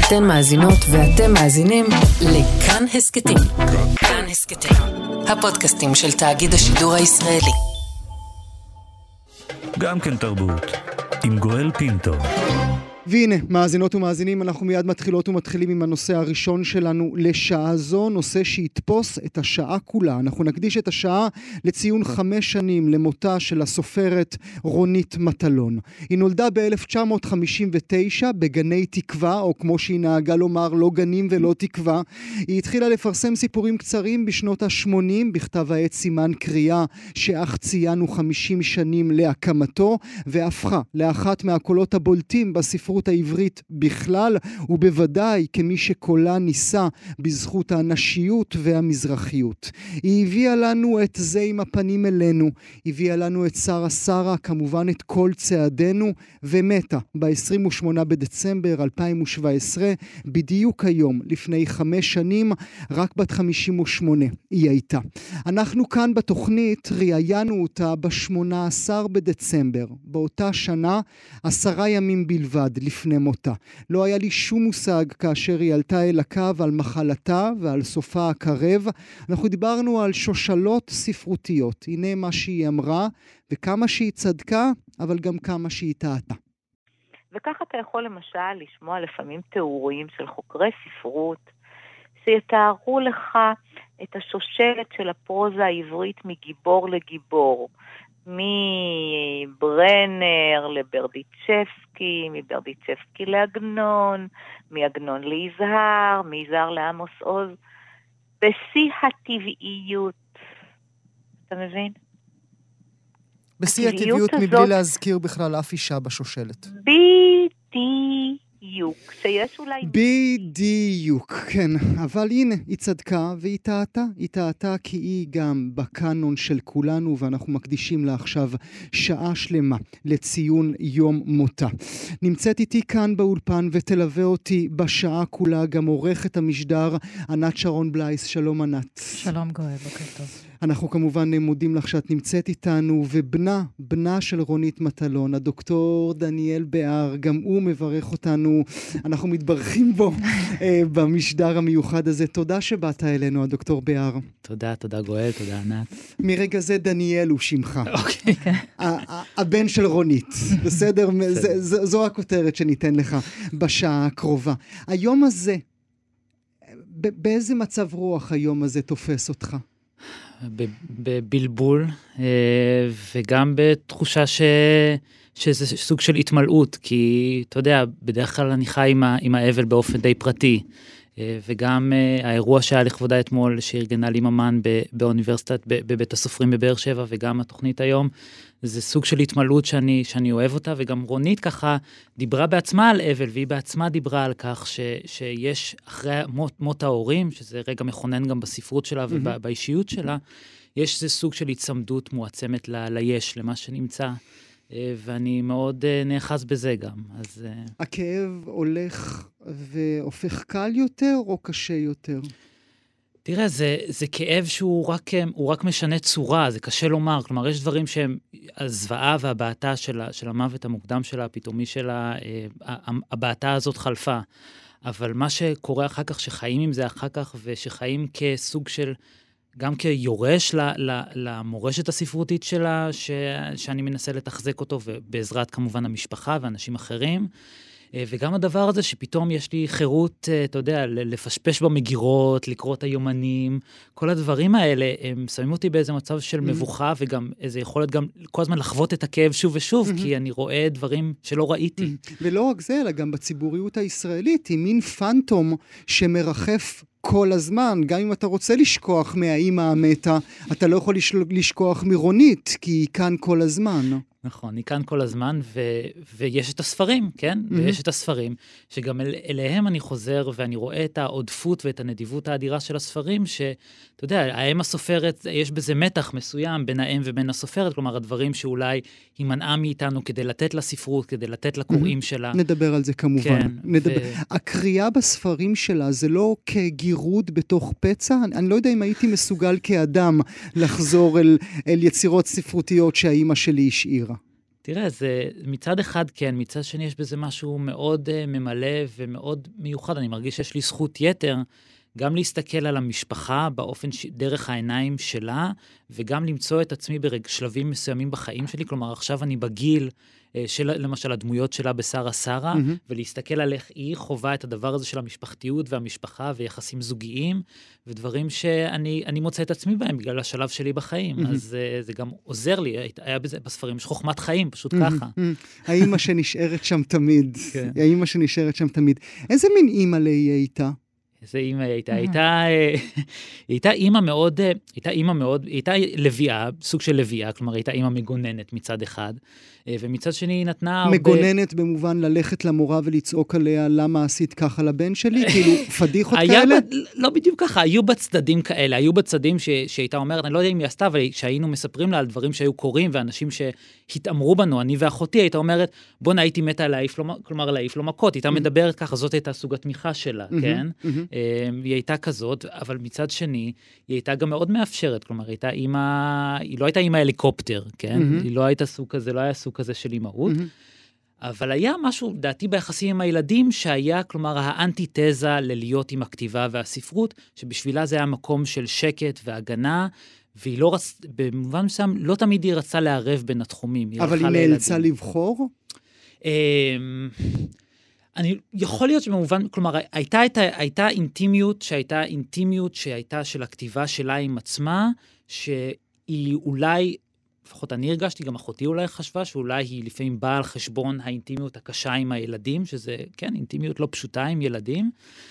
אתן מאזינות ואתם מאזינים לכאן הסקטים. כאן הסקטים, הפודקאסטים של תאגיד השידור הישראלי. גם כן תרבות, עם גואל פינטו. והנה, מאזינות ומאזינים, אנחנו מיד מתחילות ומתחילים עם הנושא הראשון שלנו לשעה זו, נושא שיתפוס את השעה כולה. אנחנו נקדיש את השעה לציון 5 שנים למותה של הסופרת רונית מטלון. היא נולדה ב-1959 בגני תקווה, או כמו שהיא נהגה לומר, לא גנים ולא תקווה. היא התחילה לפרסם סיפורים קצרים בשנות ה-80 בכתב העת סימן קריאה, שאך ציינו 50 שנים להקמתו, והפכה לאחת מהקולות הבולטים בספרות העברית בכלל, ובוודאי כמי שקולה ניסה בזכות הנשיות והמזרחיות. היא הביאה לנו את זה עם הפנים אלינו, הביאה לנו את שרה שרה, כמובן את כל צעדינו, ומתה ב-28 בדצמבר 2017, בדיוק היום, לפני 5 שנים, רק בת 58 היא הייתה. אנחנו כאן בתוכנית ראיינו אותה ב-18 בדצמבר, באותה שנה, 10 ימים בלבד לפני מותה. לא היה לי שום מושג כאשר היא עלתה אל הקו על מחלתה ועל סופה הקרב. אנחנו דיברנו על שושלות ספרותיות. הנה מה שהיא אמרה, וכמה שהיא צדקה, אבל גם כמה שהיא טעתה. וכך אתה יכול למשל לשמוע לפעמים תיאורים של חוקרי ספרות, שיתארו לך את השושלת של הפרוזה העברית מגיבור לגיבור. מברנר לברדיצ'בסקי, מברדיצ'בסקי לעגנון, מעגנון ליזהר, מיזהר לעמוס עוז, בשיא הטבעיות. אתה מבין? בשיא הטבעיות מבלי להזכיר בכלל אף אישה בשושלת. בדיוק, שיש אולי... בדיוק, כן. אבל הנה, היא צדקה והיא טעתה. היא טעתה כי היא גם בקאנון של כולנו, ואנחנו מקדישים לה עכשיו שעה שלמה לציון יום מותה. נמצאת איתי כאן באולפן ותלווה אותי בשעה כולה גם עורכת המשדר ענת שרון בלייס. שלום ענת. שלום גואל, בוקר טוב. אנחנו כמובן מודים לך שאת נמצאת איתנו, בנה של רונית מטלון, הדוקטור דניאל בהר, גם הוא מברך אותנו, אנחנו מתברכים בו במשדר המיוחד הזה. תודה שבאת אלינו, הדוקטור בהר. תודה גואל, תודה ענת. מרגע זה דניאל הוא שמך. אוקיי. הבן של רונית, בסדר? זו הכותרת שניתן לך בשעה הקרובה. היום הזה, באיזה מצב רוח היום הזה תופס אותך? בבלבול, וגם בתחושה שזה סוג של התמלאות, כי אתה יודע, בדרך כלל אני חי עם האבל באופן די פרטי, וגם האירוע שהיה לכבודה אתמול, שארגנה לי ממן באוניברסיטת, בבית הסופרים בבאר שבע, וגם התוכנית היום, זה סוג של התמלאות שאני אוהב אותה, וגם רונית ככה דיברה בעצמה על אבל, והיא בעצמה דיברה על כך שיש אחרי מות ההורים, שזה רגע מכונן גם בספרות שלה ובאישיות שלה, יש זה סוג של הצמדות מועצמת ליש, למה שנמצא, ואני מאוד נאחז בזה גם. אז... הכאב הולך והופך קל יותר או קשה יותר? תראה, זה כאב שהוא רק משנה צורה, זה קשה לומר, כלומר, יש דברים שהם הזוועה והבעתה של המוות המוקדם שלה, הפתאומי שלה, הבעתה הזאת חלפה, אבל מה שקורה אחר כך, שחיים עם זה אחר כך, ושחיים כסוג של, גם כיורש למורשת הספרותית שלה, שאני מנסה לתחזק אותו, ובעזרת כמובן המשפחה ואנשים אחרים, וגם הדבר הזה שפתאום יש לי חירות, אתה יודע, לפשפש במגירות, לקרוא את היומנים, כל הדברים האלה, הם שמים אותי באיזה מצב של מבוכה, וגם איזו יכולת גם כל הזמן לחוות את הכאב שוב ושוב, כי אני רואה דברים שלא ראיתי. ולא רק זה, אלא גם בציבוריות הישראלית, היא מין פנטום שמרחף כל הזמן, גם אם אתה רוצה לשכוח מהאימא המתה, אתה לא יכול לשכוח מרונית, כי היא כאן כל הזמן. נכון, היא כאן כל הזמן, ויש את הספרים, כן? ויש את הספרים, שגם אליהם אני חוזר, ואני רואה את העודפות ואת הנדיבות האדירה של הספרים, שאתה יודע, האם הסופרת, יש בזה מתח מסוים בין האם ובין הסופרת, כלומר, הדברים שאולי היא מנעה מאיתנו כדי לתת לספרות, כדי לתת לקוראים שלה. נדבר על זה כמובן. כן, הקריאה בספרים שלה, זה לא כגירוד בתוך פצע? אני לא יודע אם הייתי מסוגל כאדם לחזור אל יצירות ספרותיות שהאימא שלי השאירה. תראה, זה מצד אחד כן, מצד שני יש בזה משהו מאוד ממלא ומאוד מיוחד. אני מרגיש שיש לי זכות יתר גם להסתכל על המשפחה באופן דרך העיניים שלה, וגם למצוא את עצמי בשלבים מסוימים בחיים שלי. כלומר, עכשיו אני בגיל של, למשל, הדמויות שלה בשרה שרה, ולהסתכל על איך היא חובה את הדבר הזה של המשפחתיות והמשפחה ויחסים זוגיים, ודברים שאני מוצא את עצמי בהם בגלל השלב שלי בחיים. אז זה גם עוזר לי, היה בזה בספרים, יש חוכמת חיים, פשוט ככה. האמא שנשארת שם תמיד. האמא שנשארת שם תמיד. איזה מין אמא להיא איתה? איזה אימא היא הייתה אימא מאוד, היא הייתה לביאה, סוג של לביאה, כלומר הייתה אימא מגוננת מצד אחד, ומצד שני היא נתנה הרבה... מגוננת במובן ללכת למורה ולצעוק עליה, למה עשית ככה לבן שלי? כאילו פדיחות כאלה? לא בדיוק ככה, היו בצדדים כאלה, היו בצדדים שהייתה אומרת, אני לא יודע אם היא עשתה, אבל שהיינו מספרים לה על דברים שהיו קורים, ואנשים שהתאמרו בנו, אני ואחותי, הייתה אומרת, בוא הייתי מתה להעיף, כלומר להעיף לו מכות, הייתה מדברת ככה, זאת הייתה סוג התמיכה שלה, כן? היא הייתה כזאת, אבל מצד שני, היא הייתה גם מאוד מאפשרת, כלומר, היא לא הייתה אימא הליקופטר, כן? היא לא הייתה סוג כזה, לא היה סוג כזה של אימהות, אבל היה משהו, דעתי ביחסים עם הילדים, שהיה, כלומר, האנטיתזה ללהיות עם הכתיבה והספרות, שבשבילה זה היה מקום של שקט והגנה, והיא לא במובן מסוים, לא תמיד היא רצה לערב בין התחומים. אבל היא נאלצה לבחור? יכול להיות שבמובן, כלומר, הייתה אינטימיות שהייתה של הכתיבה שלה עם עצמה, שהיא אולי, לפחות אני הרגשתי, גם אחותי אולי חשבה, שאולי היא לפעמים באה על חשבון האינטימיות הקשה עם הילדים, שזה, כן, אינטימיות לא פשוטה עם ילדים,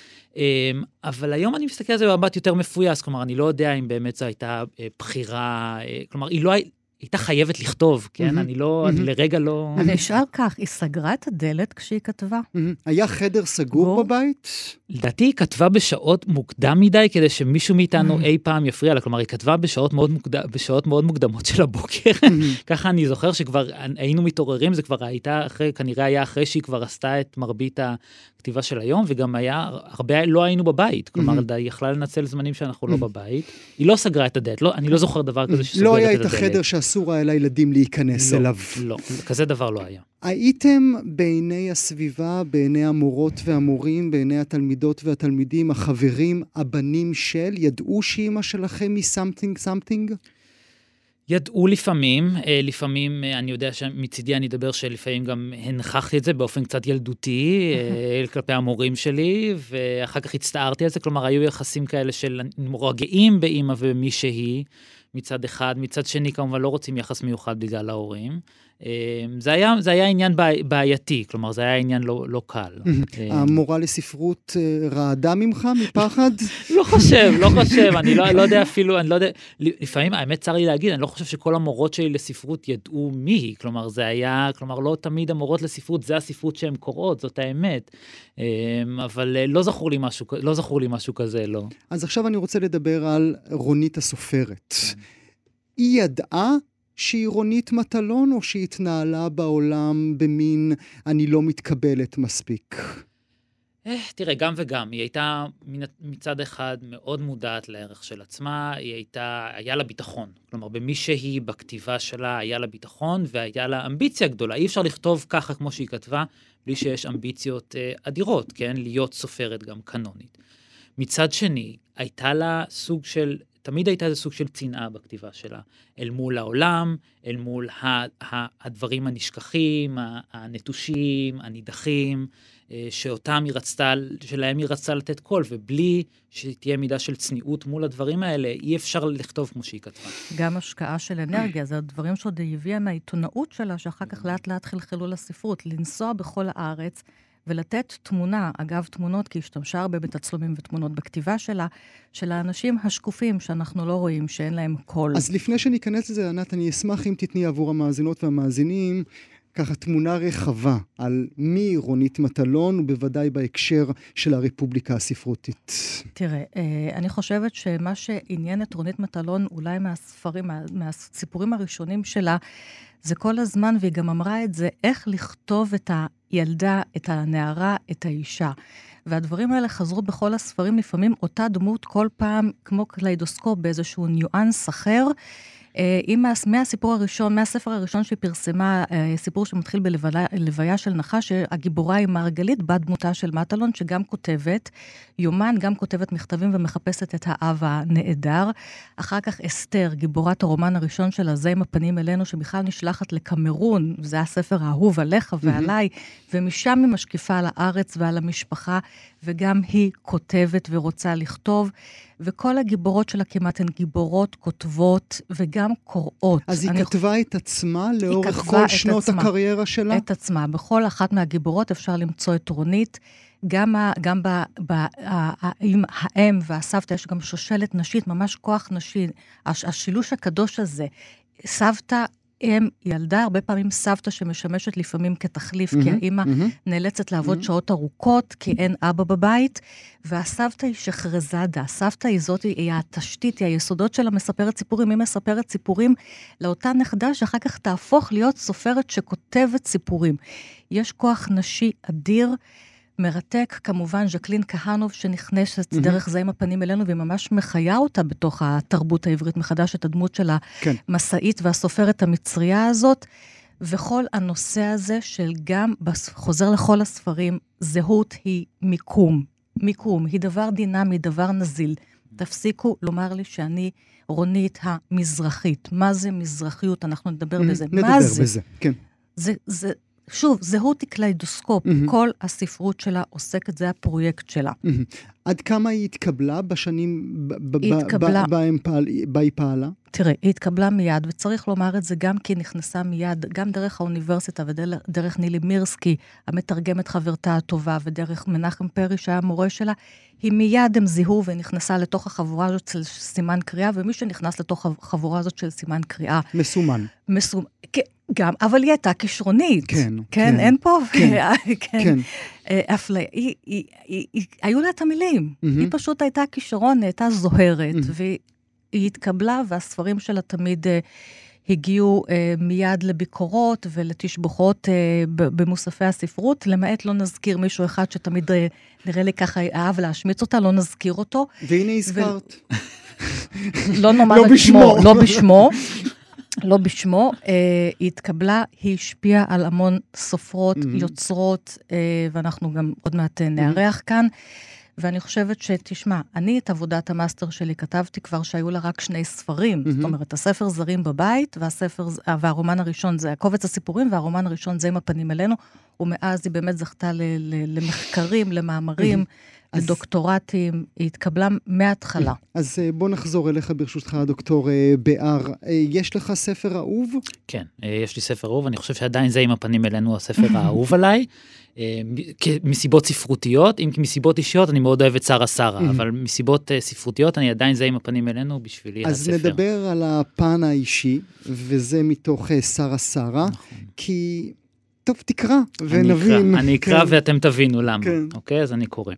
אבל היום אני מסתכל על זה במבט יותר מפויס, כלומר, אני לא יודע אם באמת זו הייתה בחירה, כלומר, היא לא הייתה חייבת לכתוב, כן? אני לרגע לא... אני אשאל כך, היא סגרה את הדלת כשהיא כתבה? היה חדר סגור בבית? לדעתי היא כתבה בשעות מוקדם מדי, כדי שמישהו מאיתנו אי פעם יפריע לה, כלומר, היא כתבה בשעות מאוד מוקדמות של הבוקר, ככה אני זוכר שכבר היינו מתעוררים, זה כבר הייתה כנראה היה אחרי שהיא כבר עשתה את מרבית הכתיבה של היום, וגם היה הרבה, לא היינו בבית, כלומר, היא יכלה לנצל זמנים שאנחנו לא בבית, היא לא סגרה את הדלת, אני לא זוכר דבר כזה שסוגרת את הדלת. לא היה את החדר שאסור היה לילדים להיכנס אליו. לא, כזה דבר לא היה. הייתם בעיני הסביבה, בעיני המורות והמורים, בעיני התלמידות והתלמידים, החברים, הבנים ידעו שאמא שלכם היא something? ידעו לפעמים אני יודע שמצידי אני אדבר שלפעמים גם הנחחתי את זה באופן קצת ילדותי, כלפי המורים שלי, ואחר כך הצטערתי על זה, כלומר היו יחסים כאלה של נורא גאים באמא ומי שהיא, מצד אחד, מצד שני כמובן לא רוצים יחס מיוחד בגלל ההורים. זה היה עניין בעייתי, כלומר זה היה עניין לא קל. המורה לספרות רעדה ממך מפחד? לא חושב, אני לא יודע אפילו, אני לא יודע, לפעמים האמת צר לי להגיד, אני לא חושב שכל המורות שלי לספרות ידעו מי היא, כלומר זה היה, כלומר לא תמיד המורות לספרות, זה הספרות שהן קוראות, זאת האמת, אבל לא זכור לי משהו כזה, לא. אז עכשיו אני רוצה לדבר על רונית הסופרת. היא ידעה שהיא רונית מטלון, או שהיא התנהלה בעולם במין אני לא מתקבלת מספיק? תראה, גם וגם. היא הייתה מצד אחד מאוד מודעת לערך של עצמה, היה לה ביטחון. כלומר, במי שהיא בכתיבה שלה היה לה ביטחון, והיה לה אמביציה גדולה. אי אפשר לכתוב ככה כמו שהיא כתבה, בלי שיש אמביציות אדירות, כן? להיות סופרת גם קנונית. מצד שני, הייתה לה תמיד הייתה איזה סוג של צנעה בכתיבה שלה, אל מול העולם, אל מול הדברים הנשכחים, הנטושים, הנידחים, שלהם היא רצתה לתת קול, ובלי שתהיה מידה של צניעות מול הדברים האלה, אי אפשר לכתוב כמו שהיא כתבה. גם השקעה של אנרגיה, זה הדברים שעוד הביאה מהעיתונאות שלה, שאחר כך לאט לאט חלחלו לספרות, לנסוע בכל הארץ, ולתת תמונה, אגב תמונות, כי השתמשה הרבה בתצלומים ותמונות בכתיבה שלה, של האנשים השקופים שאנחנו לא רואים, שאין להם קול. אז לפני שניכנס לזה, ענת, אני אשמח אם תתני עבור המאזינות והמאזינים, ככה תמונה רחבה על מי רונית מטלון, ובוודאי בהקשר של הרפובליקה הספרותית. תראה, אני חושבת שמה שעניין את רונית מטלון, אולי מהסיפורים הראשונים שלה, זה כל הזמן, והיא גם אמרה את זה, איך לכתוב את הילדה, את הנערה, את האישה. והדברים האלה חזרו בכל הספרים, לפעמים אותה דמות כל פעם, כמו קליידוסקופ, באיזשהו ניואנס אחר, מהספר הראשון שהיא פרסמה, סיפור שמתחיל בלוויה של נחש, שהגיבורה היא מרגלית, בת דמותה של מטלון, שגם כותבת יומן, גם כותבת מכתבים ומחפשת את האב הנעדר. אחר כך אסתר, גיבורת הרומן הראשון שלה, זה עם הפנים אלינו, שבכלל נשלחת לקמרון, זה הספר האהוב עליך ועליי, ומשם היא משקיפה על הארץ ועל המשפחה, וגם היא כותבת ורוצה לכתוב, וכל הגיבורות שלה כמעט הן גיבורות, כותבות וגם קוראות. אז היא כתבה את עצמה לאורך כל שנות הקריירה שלה? את עצמה. בכל אחת מהגיבורות אפשר למצוא את רונית, גם עם האם והסבתא יש גם שושלת נשית, ממש כוח נשי, השילוש הקדוש הזה, סבתא, אם ילדה, הרבה פעמים סבתא שמשמשת לפעמים כתחליף, כי האמא נאלצת לעבוד שעות ארוכות, כי אין אבא בבית, והסבתא היא שחרזדה, הסבתא היא זאת, היא התשתית, היא היסודות שלה מספרת סיפורים, היא מספרת סיפורים לאותה נכדה, שאחר כך תהפוך להיות סופרת שכותבת סיפורים. יש כוח נשי אדיר, מרתק, כמובן, ז'קלין כהנוב, שנכנסת דרך זה עם הפנים אלינו, והיא ממש מחיה אותה בתוך התרבות העברית מחדש, את הדמות של המסעית והסופרת המצריה הזאת, וכל הנושא הזה של גם, חוזר לכל הספרים, זהות היא מיקום. מיקום היא דבר דינמי, דבר נזיל. תפסיקו לומר לי שאני רונית המזרחית. מה זה מזרחיות? אנחנו נדבר בזה. נדבר בזה, כן. זה שוב, זהות היא קליידוסקופ, כל הספרות שלה עוסקת, זה הפרויקט שלה. עד כמה היא התקבלה בשנים בה היא פעלה? תראה, היא התקבלה מיד, וצריך לומר את זה גם כי היא נכנסה מיד, גם דרך האוניברסיטה ודרך נילי מירסקי, המתרגמת חברתה הטובה, ודרך מנחם פרי שהיה המורה שלה, היא מיד הם זיהו ונכנסה לתוך החבורה הזאת של סימן קריאה, ומי שנכנס לתוך החבורה הזאת של סימן קריאה. מסומן. גם, אבל היא הייתה כישרונית. כן, אין פה. כן. אפליה. היו לה את המילים. היא פשוט הייתה כישרון, הייתה זוהרת, והיא התקבלה, והספרים שלה תמיד הגיעו מיד לביקורות ולתשבחות במוספי הספרות, למעט לא נזכיר מישהו אחד שתמיד נראה לי ככה אהב להשמיץ אותה, לא נזכיר אותו. והנה הזכרת. לא נאמר את שמו, לא בשמו, היא התקבלה, היא השפיעה על המון סופרות, יוצרות, ואנחנו גם עוד מעט נערך כאן, ואני חושבת שתשמע, אני את עבודת המאסטר שלי כתבתי כבר שהיו לה רק 2 ספרים, זאת אומרת, הספר זרים בבית, והרומן הראשון זה הקובץ הסיפורים, והרומן הראשון זה עם הפנים אלינו, ומאז היא באמת זכתה למחקרים, למאמרים, לדוקטורטים, היא התקבלה מההתחלה. אז בוא נחזור אליך ברשותך, דוקטור באר. יש לך ספר אהוב? כן, יש לי ספר אהוב, אני חושב שעדיין זה עם הפנים אלינו הספר האהוב עליי, מסיבות ספרותיות, אם מסיבות אישיות אני מאוד אוהב את שרה שרה, אבל מסיבות ספרותיות אני עדיין זה עם הפנים אלינו בשבילי הספר. אז נדבר על הפן האישי, וזה מתוך שרה שרה, כי... טוב, תקרא ונבין. אני אקרא ואתם תבינו למה. אוקיי, אז אני קורא.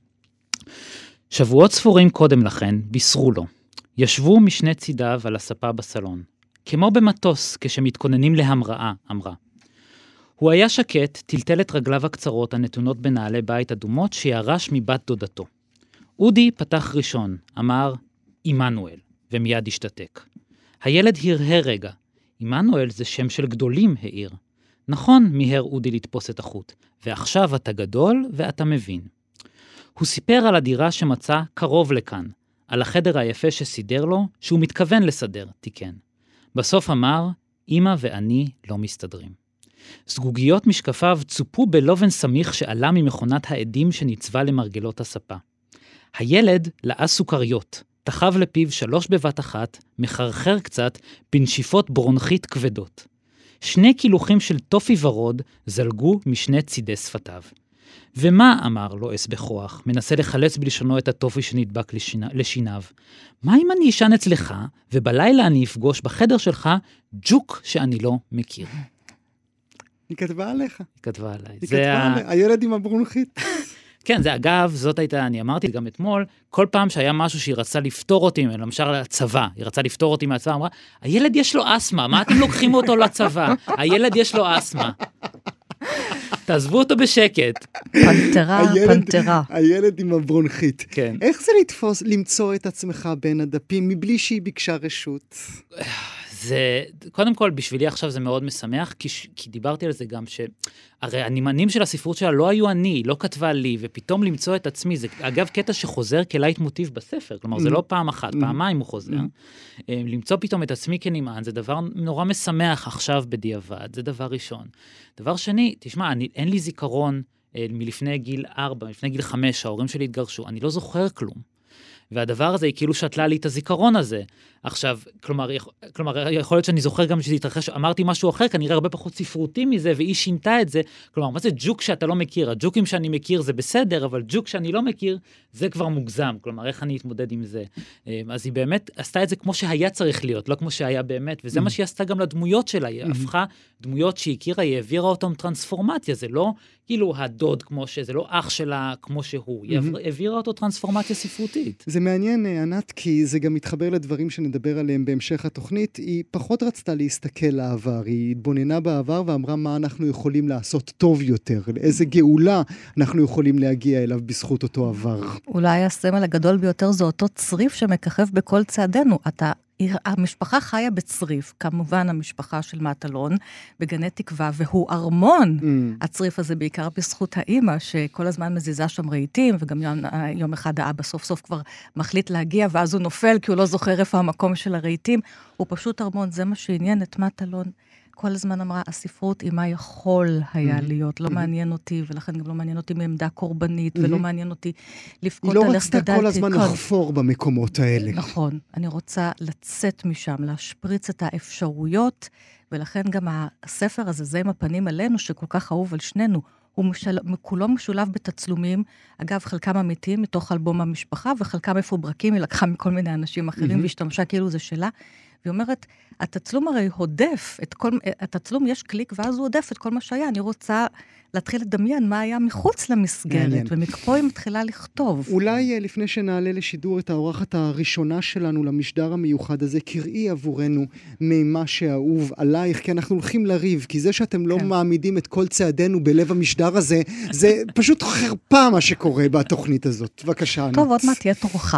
שבועות ספורים קודם לכן בישרו לו. ישבו משני צידיו על הספה בסלון. כמו במטוס כשמתכוננים להמראה, אמרה. הוא היה שקט, טלטל את רגליו הקצרות הנתונות בנעלי בית אדומות שירש מבת דודתו. אודי פתח ראשון, אמר, עמנואל, ומיד השתתק. הילד הרהר רגע. עמנואל זה שם של גדולים, העיר. נכון, מיהר אודי לתפוס את החוט, ועכשיו אתה גדול ואתה מבין. הוא סיפר על הדירה שמצא קרוב לכאן, על החדר היפה שסידר לו, שהוא מתכוון לסדר, תיקן. בסוף אמר, אמא ואני לא מסתדרים. סגוגיות משקפיו צופו בלובן סמיך שעלה ממכונת העדים שניצבה למרגלות הספה. הילד לעס סוכריות, תחב לפיו 3 בבת אחת, מחרחר קצת, בנשיפות ברונכית כבדות. 2 קילוחים של טופי ורוד זלגו משני צידי שפתיו. ומה, אמר לועס בכוח, מנסה לחלץ בלשונו את הטופי שנדבק לשיניו. מה אם אני אשן אצלך, ובלילה אני אפגוש בחדר שלך ג'וק שאני לא מכיר? היא כתבה עליך. היא כתבה עליי. היא כתבה עליי, הילד עם הברונכית. כן, זה אגב, זאת הייתה, אני אמרתי גם אתמול, כל פעם שהיה משהו שהיא רצה לפתור אותי, למשל הצבא, היא רצה לפתור אותי מהצבא, אמרה, הילד יש לו אסמה, מה אתם לוקחים אותו לצבא? הילד יש לו אסמה. תעזבו אותו בשקט. פנתרה. הילד עם הברונכית. כן. איך זה למצוא את עצמך בין הדפים, מבלי שהיא ביקשה רשות? זה, קודם כל, בשבילי עכשיו זה מאוד משמח, כי דיברתי על זה גם הרי הנימנים של הספרות שלה לא היו אני, לא כתבה לי, ופתאום למצוא את עצמי, זה אגב קטע שחוזר כלייט מוטיב בספר, כלומר זה לא פעם אחת, פעמיים הוא חוזר. למצוא פתאום את עצמי כנימן, זה דבר נורא משמח עכשיו בדיעבד, זה דבר ראשון. דבר שני, תשמע, אין לי זיכרון מלפני גיל 4, מלפני גיל 5, ההורים שלי התגרשו, אני לא זוכר כלום. והדבר הזה היא כאילו שתלה לי את הזיכרון הזה. עכשיו, כלומר, יכול להיות שאני זוכר גם שזה יתרחש, אמרתי משהו אחר, כנראה הרבה פחות ספרותי מזה, והיא שינתה את זה. כלומר, מה זה ג'וק שאתה לא מכיר? הג'וקים שאני מכיר זה בסדר, אבל ג'וק שאני לא מכיר, זה כבר מוגזם. כלומר, איך אני אתמודד עם זה? אז היא באמת עשתה את זה כמו שהיה צריך להיות, לא כמו שהיה באמת, וזה מה שהיא עשתה גם לדמויות שלה. היא הפכה דמויות שהיא הכירה, היא העבירה אותם טרנספורמציה, זה לא כאילו הדוד כמו זה לא אח שלה כמו שהוא, היא העבירה אותו טרנספורמציה ספרותית. זה מעניין, ענת, כי זה גם מתחבר לדברים שנדבר עליהם בהמשך התוכנית. היא פחות רצתה להסתכל לעבר, היא התבוננה בעבר ואמרה מה אנחנו יכולים לעשות טוב יותר, לאיזה גאולה אנחנו יכולים להגיע אליו בזכות אותו עבר. אולי הסמל הגדול ביותר זה אותו צריף שמככב בכל צעדינו. המשפחה חיה בצריף, כמובן המשפחה של מטלון, בגני תקווה, והוא ארמון. הצריף הזה בעיקר בזכות האמא, שכל הזמן מזיזה שם רהיטים, וגם יום אחד האבא סוף סוף כבר מחליט להגיע, ואז הוא נופל, כי הוא לא זוכר איפה המקום של הרהיטים. הוא פשוט ארמון, זה מה שעניין את מטלון. כל הזמן אמרה, הספרות היא מה יכול היה להיות, לא מעניין אותי, ולכן גם לא מעניין אותי מעמדה קורבנית, ולא מעניין אותי לפקוט על איך גדלתי. היא לא רצתה כל הזמן לחפור במקומות האלה. נכון, אני רוצה לצאת משם, להשפריץ את האפשרויות, ולכן גם הספר הזה, זה עם הפנים עלינו, שכל כך אהוב על שנינו, הוא כולו משולב בתצלומים, אגב, חלקם אמיתיים מתוך אלבום המשפחה, וחלקם מפוברקים, היא לקחה מכל מיני אנשים אחרים, והשתמשה כאילו זה שלה, והיא אומרת, התצלום הרי הודף, התצלום יש קליק, ואז הוא הודף את כל מה שהיה. אני רוצה להתחיל לדמיין מה היה מחוץ למסגרת, ומפה היא מתחילה לכתוב. אולי לפני שנעלה לשידור את האורחת הראשונה שלנו למשדר המיוחד הזה, קראי עבורנו ממה שאהוב עלייך, כי אנחנו הולכים לריב, כי זה שאתם לא מעמידים את כל צעדינו בלב המשדר הזה, זה פשוט חרפה מה שקורה בתוכנית הזאת. בבקשה, ענת. טוב, עוד מעט תהיה תורך.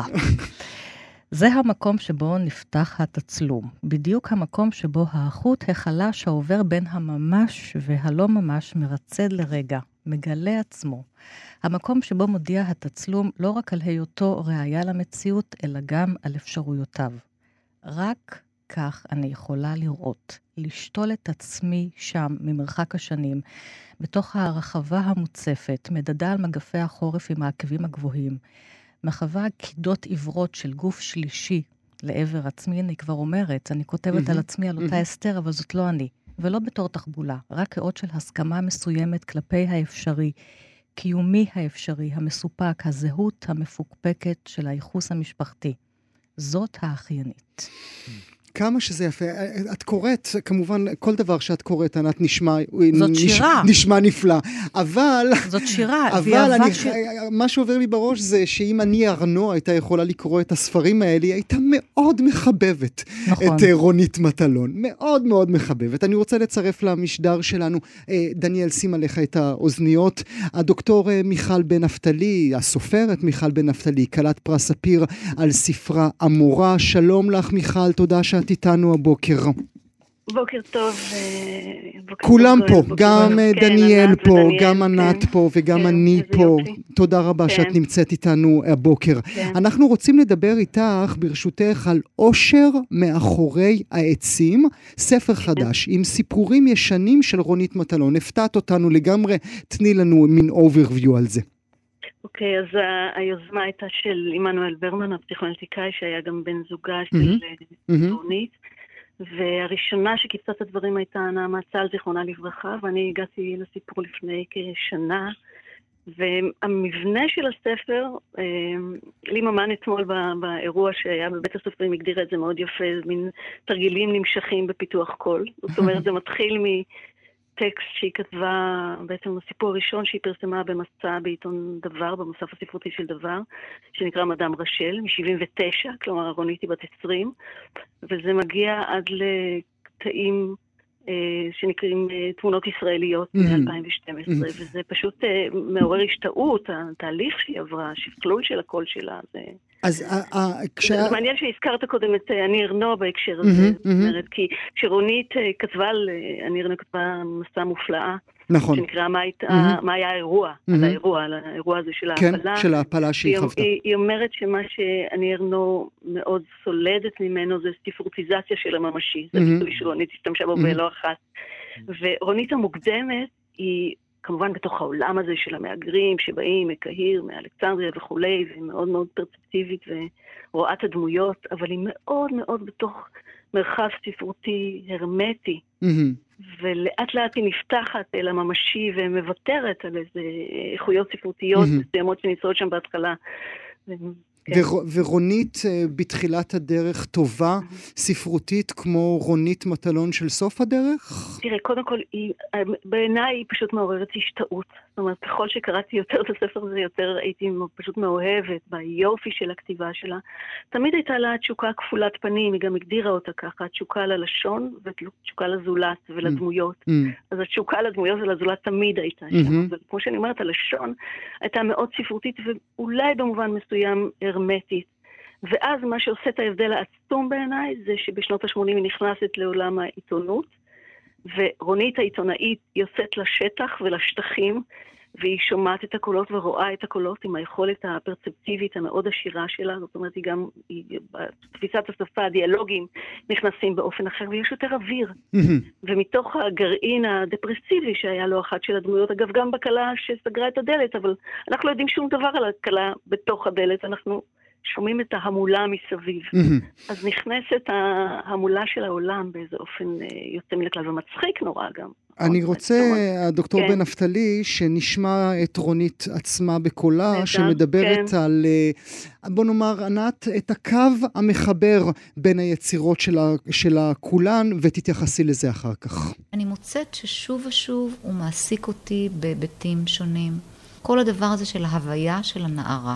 זה המקום שבו נפתח התצלום, בדיוק המקום שבו החוט החלש העובר בין הממש והלא ממש מרצד לרגע, מגלה עצמו. המקום שבו מודיע התצלום לא רק על היותו ראיה למציאות, אלא גם על אפשרויותיו. רק כך אני יכולה לראות, לשתול את עצמי שם ממרחק השנים, בתוך הרחבה המוצפת, מדדה על מגפי החורף עם העקבים הגבוהים, מחווה קידות עברות של גוף שלישי לעבר עצמי, אני כבר אומרת, אני כותבת על עצמי על אותה אסתר, אבל זאת לא אני, ולא בתור תחבולה, רק כאות של הסכמה מסוימת כלפי האפשרי, קיומי האפשרי, המסופק, הזהות המפוקפקת של הייחוס המשפחתי. זאת האחיינית. כמה שזה יפה. את קוראת, כמובן, כל דבר שאת קוראת, ענת זאת שירה. נשמע נפלא. אבל... זאת שירה. אבל מה שעובר לי בראש זה שאם אני ארנו הייתה יכולה לקרוא את הספרים האלה, היא הייתה מאוד מחבבת. נכון. את רונית מטלון. מאוד מאוד מחבבת. אני רוצה לצרף למשדר שלנו, דניאל, שים עליך את האוזניות. הדוקטור מיכל בן נפתלי, הסופרת מיכל בן נפתלי, קלת פרס ספיר על ספרה אמורה. שלום לך מיכל, תודה שאת איתנו הבוקר. בוקר טוב. כולם פה, גם דניאל פה, גם ענת פה וגם אני פה. תודה רבה שאת נמצאת איתנו הבוקר. אנחנו רוצים לדבר איתך ברשותך על אושר מאחורי העצים, ספר חדש עם סיפורים ישנים של רונית מטלון. הפתעת אותנו לגמרי, תני לנו מין overview על זה. אוקיי, אז היוזמה הייתה של עמנואל ברמן, הפסיכואנליטיקאי, שהיה גם בן זוגה של רונית, והראשונה שקיצתה את הדברים הייתה נעמה צל, זיכרונה לברכה, ואני הגעתי לסיפור לפני כשנה, והמבנה של הספר, לי ממן אתמול באירוע שהיה בבית הסופרים, הגדירה את זה מאוד יפה, מין תרגילים נמשכים בפיתוח קול, זאת אומרת, זה מתחיל טקסט שהיא כתבה, בעצם הסיפור הראשון שהיא פרסמה במסע בעיתון דבר, במוסף הספרותי של דבר, שנקרא מדאם רשל, מ-79, כלומר רונית היא בת 20, וזה מגיע עד לקטעים שנקראים תמונות ישראליות מ-2012, וזה פשוט מעורר השתאות, התהליך שהיא עברה, השכלול של הקול שלה, זה מעניין שהזכרת קודם את אני ארנו בהקשר הזה, כי כשרונית כתבה על אני ארנו כתבה מסע מופלאה, שנקרא מה היה האירוע, על האירוע הזה של ההפלה. כן, של ההפלה שהיא חוותה. היא אומרת שמה שאני ארנו מאוד סולדת ממנו זה ספרוטיזציה של הממשי, זה ביטוי שרונית השתמשה בו ולא אחת. ורונית המוקדמת היא כמובן בתוך העולם הזה של המהגרים שבאים מקהיר, מאלכסנדריה וכולי, והיא מאוד מאוד פרספקטיבית ורואה את הדמויות, אבל היא מאוד מאוד בתוך מרחב ספרותי הרמטי, ולאט לאט היא נפתחת אל הממשי ומוותרת על איזה איכויות ספרותיות מסוימות שנמצאות שם בהתחלה. ורונית בתחילת הדרך טובה ספרותית כמו רונית מטלון של סוף הדרך? תראה, קודם כל, בעיניי היא פשוט מעוררת השתאות. זאת אומרת, ככל שקראתי יותר את הספר הזה, יותר הייתי פשוט מאוהבת ביופי של הכתיבה שלה. תמיד הייתה לה תשוקה כפולת פנים, היא גם הגדירה אותה ככה, תשוקה ללשון ותשוקה לזולת ולדמויות. אז התשוקה לדמויות ולזולת תמיד הייתה שם. וכמו שאני אומרת, הלשון הייתה מאוד ספרותית ואולי במובן מסוים הרמטית. ואז מה שעושה את ההבדל העצום בעיניי זה שבשנות ה-80 היא נכנסת לעולם העיתונות, ורונית העיתונאית יוצאת לשטח ולשטחים, והיא שומעת את הקולות ורואה את הקולות עם היכולת הפרצפטיבית המאוד עשירה שלה, זאת אומרת היא גם, בתפיסת השפה, הדיאלוגים נכנסים באופן אחר, ויש יותר אוויר. ומתוך הגרעין הדפרסיבי שהיה לו אחת של הדמויות, אגב גם בקלה שסגרה את הדלת, אבל אנחנו לא יודעים שום דבר על הקלה בתוך הדלת, אנחנו שומעים את ההמולה מסביב. אז נכנסת ההמולה של העולם באיזה אופן יוצא מן הכלל, ומצחיק נורא גם. אני רוצה, הדוקטור בן נפתלי, שנשמע את רונית עצמה בקולה, שמדברת על, בוא נאמר, ענת, את הקו המחבר בין היצירות שלה כולן, ותתייחסי לזה אחר כך. אני מוצאת ששוב ושוב הוא מעסיק אותי בהיבטים שונים. כל הדבר הזה של ההוויה של הנערה.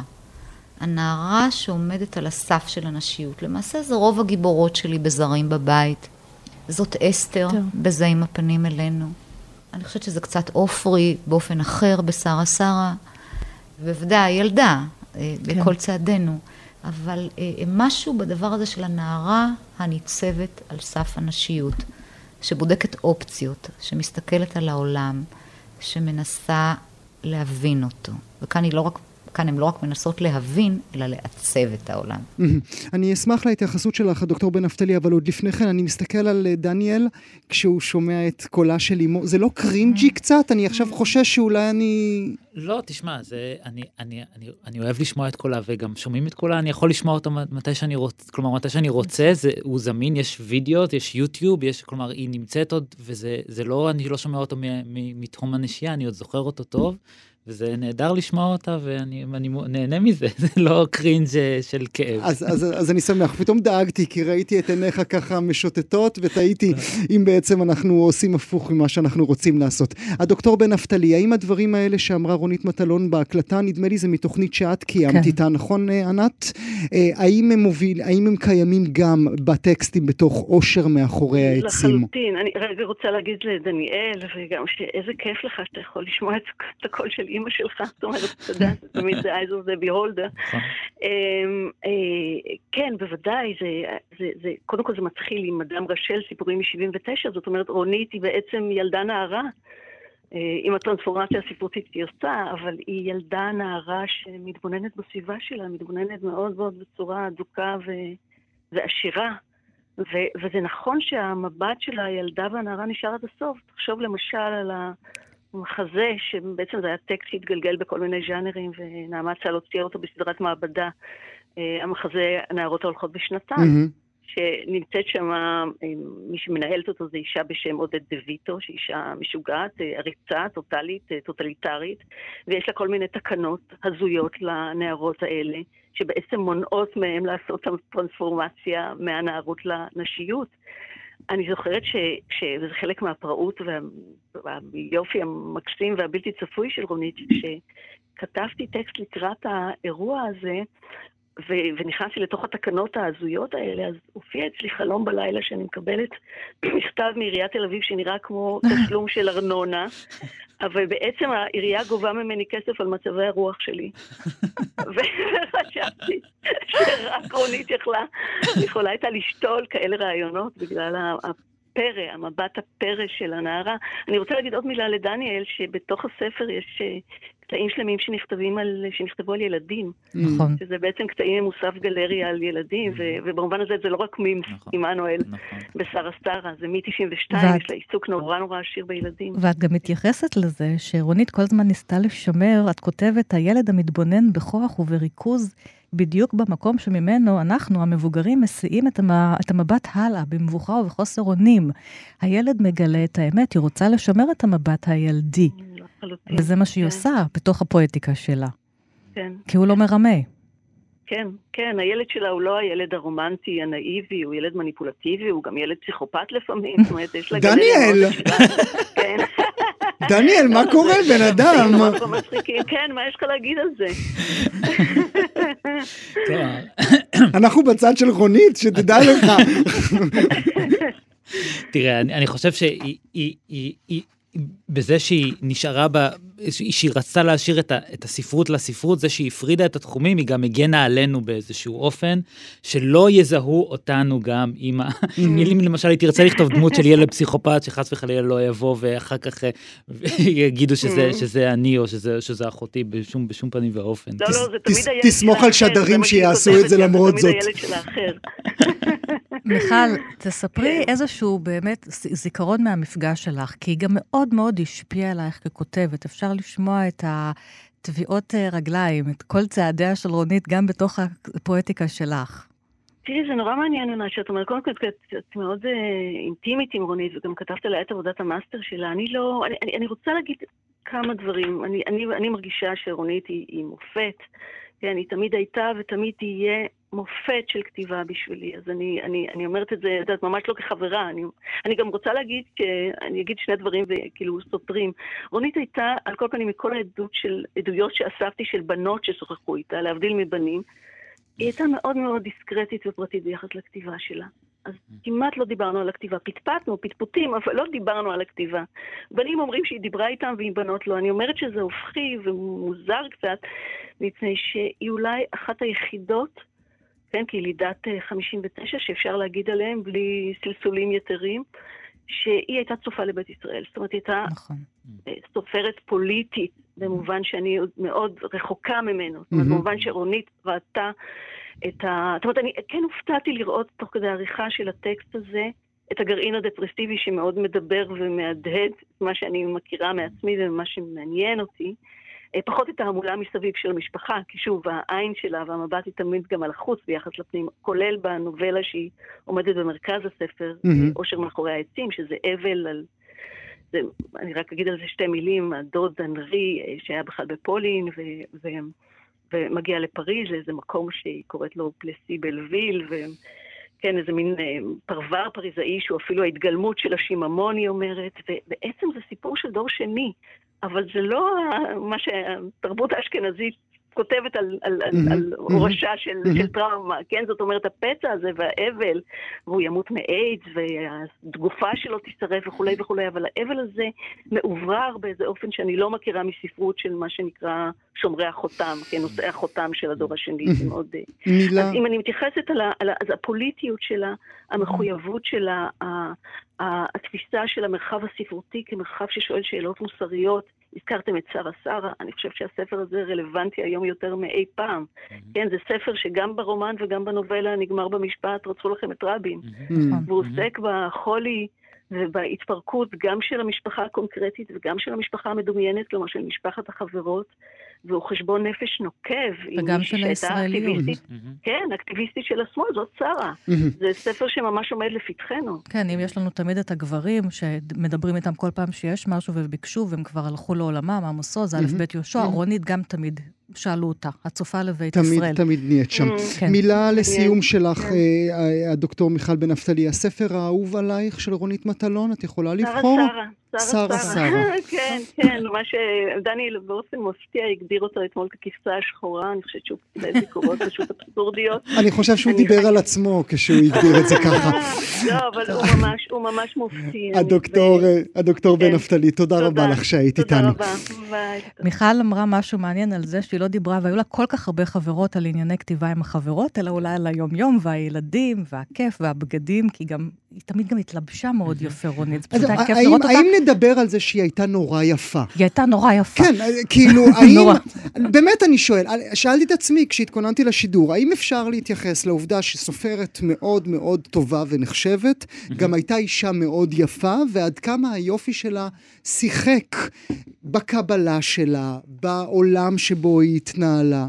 הנערה שעומדת על הסף של הנשיות. למעשה זה רוב הגיבורות שלי בזרים בבית. זאת אסתר, בזה עם הפנים אלינו. אני חושבת שזה קצת אופרי באופן אחר בשרה שרה. בוודאי, ילדה, בכל צעדינו. אבל משהו בדבר הזה של הנערה הניצבת על סף הנשיות, שבודקת אופציות, שמסתכלת על העולם, שמנסה להבין אותו. וכאן הן לא רק מנסות להבין, אלא לעצב את העולם. אני אשמח להתייחסות שלך, דוקטור בן נפתלי, אבל עוד לפני כן אני מסתכל על דניאל, כשהוא שומע את קולה של אמו. זה לא קרינג'י קצת? אני עכשיו חושש שאולי אני... לא, תשמע, אני אוהב לשמוע את קולה, וגם שומעים את קולה, אני יכול לשמוע אותה מתי שאני רוצה, כלומר, מתי שאני רוצה, הוא זמין, יש וידאו, יש יוטיוב, כלומר, היא נמצאת עוד, וזה לא, אני לא שומע אותו מתחום הנשייה, אני עוד זוכר אותו טוב, וזה נהדר לשמוע אותה, ואני נהנה מזה, זה לא קרינג' של כאב. אז אני שמח, פתאום דאגתי, כי ראיתי את עיניך ככה משוטטות, ותהיתי אם בעצם אנחנו עושים הפוך ממה שאנחנו רוצים לעשות. הדוקטור בן נפתלי, האם הדברים האלה שאמרה רונית מטלון בהקלטה, נדמה לי זה מתוכנית שאת קיימת איתה, נכון ענת? האם הם קיימים גם בטקסטים בתוך עושר מאחורי העצים? לחלוטין, אני רגע רוצה להגיד לדניאל, וגם שאיזה כיף לך שאתה יכול לשמוע את הקול של אמא שלך, זאת אומרת, אתה יודע, תמיד זה eyes of the beholder. כן, בוודאי, קודם כל זה מתחיל עם מדאם רשל, סיפורים מ-79, זאת אומרת, רונית היא בעצם ילדה נערה, עם הטרנספורמציה הספרותית היא עושה, אבל היא ילדה נערה שמתבוננת בסביבה שלה, מתבוננת מאוד מאוד בצורה אדוקה ועשירה, וזה נכון שהמבט של הילדה והנערה נשאר עד הסוף. תחשוב למשל על המחזה, שבעצם זה היה טקסט שהתגלגל בכל מיני ז'אנרים, ונעמה צהל הוציאה אותו בסדרת מעבדה, המחזה הנערות ההולכות בשנתן, שנמצאת שם, מי שמנהלת אותו זה אישה בשם עודד דוויטו, שהיא אישה משוגעת, עריצה, טוטליטרית, ויש לה כל מיני תקנות הזויות לנערות האלה, שבעצם מונעות מהם לעשות טרנספורמציה מהנערות לנשיות. אני זוכרת שזה חלק מהפראות והיופי המקסים והבלתי צפוי של רונית, שכתבתי טקסט לקראת האירוע הזה, ונכנסתי לתוך התקנות ההזויות האלה, אז הופיע אצלי חלום בלילה שאני מקבלת מכתב מעיריית תל אביב שנראה כמו תשלום של ארנונה, אבל בעצם העירייה גובה ממני כסף על מצבי הרוח שלי. וחשבתי שרק רונית יכולה הייתה לשתול כאלה רעיונות בגלל הפרא, המבט הפרא של הנערה. אני רוצה להגיד עוד מילה לדניאל, שבתוך הספר יש קטעים שלמים שנכתבו על ילדים. נכון. שזה בעצם קטעים ממוסף גלריה על ילדים, ובמובן הזה זה לא רק מימס עמנואל בשרה סטרה, זה מ-92, יש לה עיסוק נורא נורא עשיר בילדים. ואת גם מתייחסת לזה שרונית כל הזמן ניסתה לשמר, את כותבת, הילד המתבונן בכוח ובריכוז, בדיוק במקום שממנו אנחנו, המבוגרים, מסיעים את המבט הלאה, במבוכה ובחוסר אונים. הילד מגלה את האמת, היא רוצה לשמר את המבט הילדי. וזה מה שהיא עושה בתוך הפואטיקה שלה. כן. כי הוא לא מרמה. כן, כן, הילד שלה הוא לא הילד הרומנטי, הנאיבי, הוא ילד מניפולטיבי, הוא גם ילד פסיכופת לפעמים. זאת אומרת, יש לה דניאל! כן. דניאל, מה קורה, בן אדם? כן, מה יש לך להגיד על זה? אנחנו בצד של רונית, שתדע לך. תראה, אני חושב שהיא בזה שהיא נשארה שהיא רצתה להשאיר את הספרות לספרות, זה שהיא הפרידה את התחומים, היא גם הגנה עלינו באיזשהו אופן, שלא יזהו אותנו גם עם למשל, היא תרצה לכתוב דמות של ילד פסיכופת, שחס וחלילה לא יבוא, ואחר כך יגידו שזה אני, או שזה אחותי, בשום פנים ואופן. לא, זה תמיד הילד תסמוך על שדרים שיעשו את זה למרות זאת. תמיד הילד של האחר. מיכל, תספרי איזשהו באמת זיכרון מהמפגש שלך, כי היא גם מאוד מאוד השפיעה עלייך ככותבת. אפשר לשמוע את התביעות רגליים, את כל צעדיה של רונית, גם בתוך הפואטיקה שלך. תראי, זה נורא מעניין שאת אומרת, קודם כל את מאוד אינטימית עם רונית, וגם כתבת עליה את עבודת המאסטר שלה. אני רוצה להגיד כמה דברים. אני מרגישה שרונית היא מופת, כן, היא תמיד הייתה ותמיד תהיה מופת של כתיבה בשבילי, אז אני אומרת את זה, יודעת, ממש לא כחברה, אני גם רוצה להגיד, אני אגיד שני דברים וכאילו סותרים. רונית הייתה, על כל פנים, מכל עדויות שאספתי של בנות ששוחחו איתה, להבדיל מבנים, היא הייתה מאוד מאוד דיסקרטית ופרטית ביחס לכתיבה שלה. אז כמעט לא דיברנו על הכתיבה, פטפוטים, אבל לא דיברנו על הכתיבה. בנים אומרים שהיא דיברה איתם ועם בנות לא. אני אומרת שזה הופכי ומוזר קצת, מפני שהיא אולי אחת היחידות, כן, כי היא לידת 59, שאפשר להגיד עליהם בלי סלסולים יתרים, שהיא הייתה צופה לבית ישראל. זאת אומרת, היא הייתה סופרת פוליטית, במובן שאני מאוד רחוקה ממנו. זאת אומרת, במובן שרונית ראתה זאת אומרת, אני כן הופתעתי לראות תוך כדי העריכה של הטקסט הזה, את הגרעין הדפרסיבי שמאוד מדבר ומהדהד, מה שאני מכירה מעצמי ומה שמעניין אותי, פחות את העמולה מסביב של המשפחה, כי שוב, העין שלה והמבט היא תמיד גם על החוץ ביחס לפנים, כולל בנובלה שהיא עומדת במרכז הספר, אושר מאחורי העצים, שזה אבל על... אני רק אגיד על זה שתי מילים, הדוד אנרי, שהיה בכלל בפולין, ומגיע לפריז, לאיזה מקום שהיא קוראת לו פלסי בלוויל, וכן, איזה מין פרבר פריזאי, שהוא אפילו ההתגלמות של השיממון, היא אומרת, ובעצם זה סיפור של דור שני, אבל זה לא מה שהתרבות האשכנזית כותבת על הורשה של טראומה, כן? זאת אומרת, הפצע הזה והאבל, והוא ימות מאיידס, והתגופה שלו תשרף וכולי וכולי, אבל האבל הזה מעוברר באיזה אופן שאני לא מכירה מספרות של מה שנקרא שומרי החותם, כן? נושאי החותם של הדור השני, זה מאוד... אז אם אני מתייחסת אז הפוליטיות שלה, המחויבות שלה, התפיסה של המרחב הספרותי כמרחב ששואל שאלות מוסריות, הזכרתם את שרה, אני חושב שהספר הזה רלוונטי היום יותר מאי פעם. כן, זה ספר שגם ברומן וגם בנובלה נגמר במשפט, רצחו לכם את רבין. והוא עוסק בחולי ובהתפרקות גם של המשפחה הקונקרטית וגם של המשפחה המדומיינת, כלומר של משפחת החברות, והוא חשבון נפש נוקב. וגם של הישראליות. כן, אקטיביסטית של השמאל, זאת שרה. זה ספר שממש עומד לפתחנו. כן, אם יש לנו תמיד את הגברים שמדברים איתם כל פעם שיש משהו וביקשו, והם כבר הלכו לעולמם, עמוס עוז, א' ב' יהושע, רונית גם תמיד שאלו אותה, הצופה לבית ישראל. תמיד נהיית שם. מילה לסיום שלך, הדוקטור מיכל בן נפתלי, הספר האהוב עלייך של רונית מטלון, את יכולה לבחור? שרה. כן, מה שדניאל באופן מפתיע הגדיר אותו אתמול ככבשה השחורה, אני חושבת שהוא קיבל ביקורות פשוט אבסורדיות. אני חושב שהוא דיבר על עצמו כשהוא הגדיר את זה ככה. לא, אבל הוא ממש מופתיע. הדוקטור בן נפתלי, תודה רבה לך שהיית איתנו. תודה רבה, ביי. מיכל אמרה משהו מעניין על זה שהיא לא דיברה, והיו לה כל כך הרבה חברות על ענייני כתיבה עם החברות, אלא אולי על היום-יום והילדים והכיף והבגדים, כי היא תמיד גם התלבשה מאוד יפה, רונית. זה פשוט היה כיף לראות אותה. האם נדבר על זה שהיא הייתה נורא יפה? היא הייתה נורא יפה. כן, כאילו, האם... באמת אני שואל, שאלתי את עצמי כשהתכוננתי לשידור, האם אפשר להתייחס לעובדה שסופרת מאוד מאוד טובה ונחשבת, גם הייתה אישה מאוד יפה, ועד כמה היופי שלה שיחק בקבלה שלה, בעולם שבו היא התנהלה?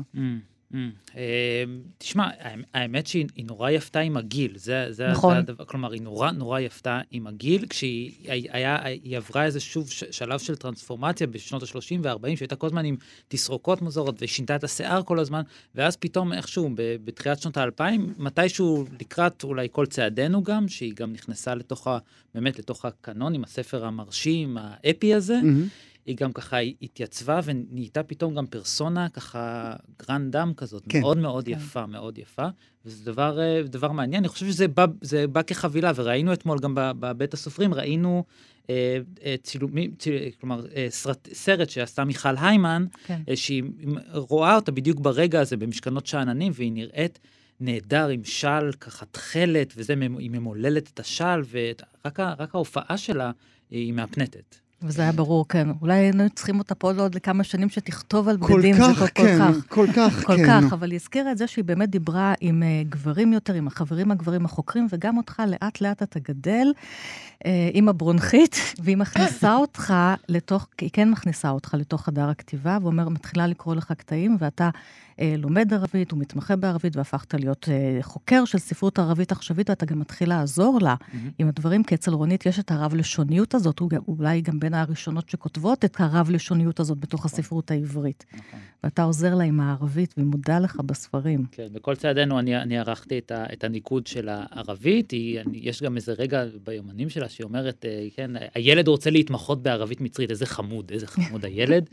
תשמע, האמת שהיא נורא יפתה עם הגיל, נכון. כלומר, היא נורא יפתה עם הגיל, כשהיא עברה איזה שוב שלב של טרנספורמציה בשנות ה-30 וה-40, שהייתה כל הזמן עם תסרוקות מוזרות, ושינתה את השיער כל הזמן, ואז פתאום איכשהו, בתחילת שנות ה-2000, מתישהו לקראת אולי כל צעדינו גם, שהיא גם נכנסה באמת לתוך הקנון, עם הספר המרשים, האפי הזה, היא גם ככה התייצבה ונהייתה פתאום גם פרסונה ככה גרנדם כזאת, כן. מאוד מאוד יפה, מאוד יפה, וזה דבר מעניין. אני חושב שזה בא כחבילה, וראינו אתמול גם בבית הסופרים, ראינו צילומים, כלומר סרט שעשתה מיכל היימן, כן. שהיא רואה אותה בדיוק ברגע הזה במשכנות שאננים, והיא נראית נהדר עם של ככה תחלת, היא ממוללת את השל, ורק ההופעה שלה היא מהפנטת. וזה היה ברור, כן. אולי היינו צריכים אותה פה עוד לכמה שנים שתכתוב על בגדים. כל כך, אבל היא הזכירה את זה שהיא באמת דיברה עם גברים יותר, עם החברים הגברים החוקרים, וגם אותך לאט לאט אתה גדל עם הברונכית, והיא מכניסה אותך היא כן מכניסה אותך לתוך חדר הכתיבה, ואומר, מתחילה לקרוא לך קטעים, ואתה לומד ערבית, הוא מתמחה בערבית, והפכת להיות חוקר של ספרות ערבית עכשווית, ואתה גם מתחיל לעזור לה עם הדברים, כי אצל רונית יש את הרב-לשוניות הזאת, אולי גם בין הראשונות שכותבות את הרב-לשוניות הזאת בתוך הספרות העברית. ואתה עוזר לה עם הערבית, והיא מודע לך בספרים. כן, בכל צעדינו אני ערכתי את הניקוד של הערבית, יש גם איזה רגע ביומנים שלה, שהיא אומרת, כן, הילד רוצה להתמחות בערבית מצרית, איזה חמוד הילד,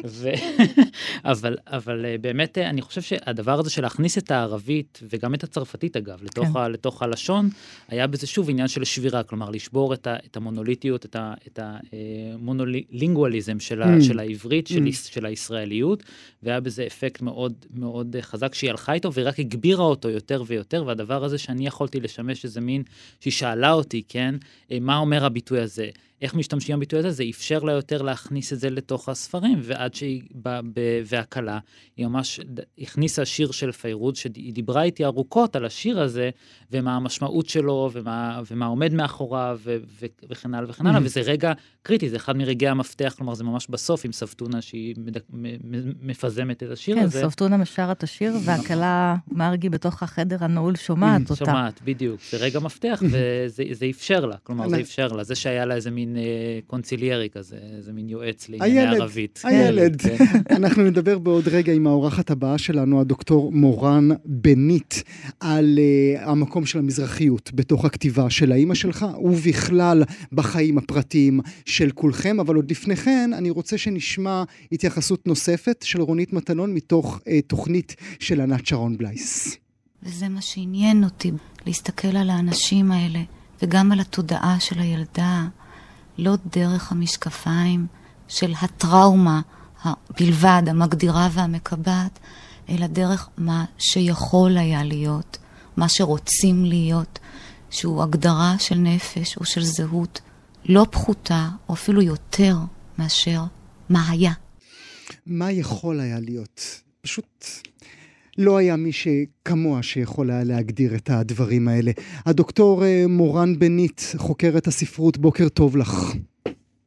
אבל באמת אני חושב שהדבר הזה של להכניס את הערבית, וגם את הצרפתית אגב, לתוך הלשון, היה בזה שוב עניין של שבירה, כלומר לשבור את המונוליטיות, את המונולינגואליזם של העברית, של הישראליות, והיה בזה אפקט מאוד מאוד חזק שהיא הלכה איתו, ורק הגבירה אותו יותר ויותר, והדבר הזה שאני יכולתי לשמש איזה מין, שהיא שאלה אותי, כן, מה אומר הביטוי הזה? איך משתמשים בביטוי הזה? זה אפשר לה יותר להכניס את זה לתוך הספרים, ועד שהיא והקלה, היא ממש הכניסה שיר של פיירוז, שהיא דיברה איתי ארוכות על השיר הזה, ומה המשמעות שלו, ומה עומד מאחוריו, וכן הלאה וכן הלאה, וזה רגע קריטי, זה אחד מרגעי המפתח, כלומר זה ממש בסוף, עם סבתונה שהיא מפזמת את השיר הזה. כן, סבתונה משרה את השיר, והקלה מרגי בתוך החדר הנעול שומעת אותה. שומעת, בדיוק, זה רגע מפתח, וזה אפשר לה, כלומר זה אפשר לה, זה שהיה לה איזה מין קונציליארי כזה, איזה מין יועץ לענייני ערבית. הילד. אנחנו נדבר בעוד רגע עם האורחת הבאה שלנו, הדוקטור מורן בנית, על המקום של המזרחיות בתוך הכתיבה של האמא שלך, ובכלל בחיים הפרטיים של כולכם, אבל עוד לפני כן אני רוצה שנשמע התייחסות נוספת של רונית מטלון מתוך תוכנית של ענת שרון בלייס. וזה מה שעניין אותי, להסתכל על האנשים האלה, וגם על התודעה של הילדה, לא דרך המשקפיים של הטראומה בלבד, המגדירה והמקבעת, אלא דרך מה שיכול היה להיות, מה שרוצים להיות, שהוא הגדרה של נפש או של זהות, לא פחותה, או אפילו יותר מאשר מה היה. מה יכול היה להיות? פשוט לא היה מי שכמוה שיכול היה להגדיר את הדברים האלה. הדוקטור מורן בנית, חוקרת הספרות, בוקר טוב לך.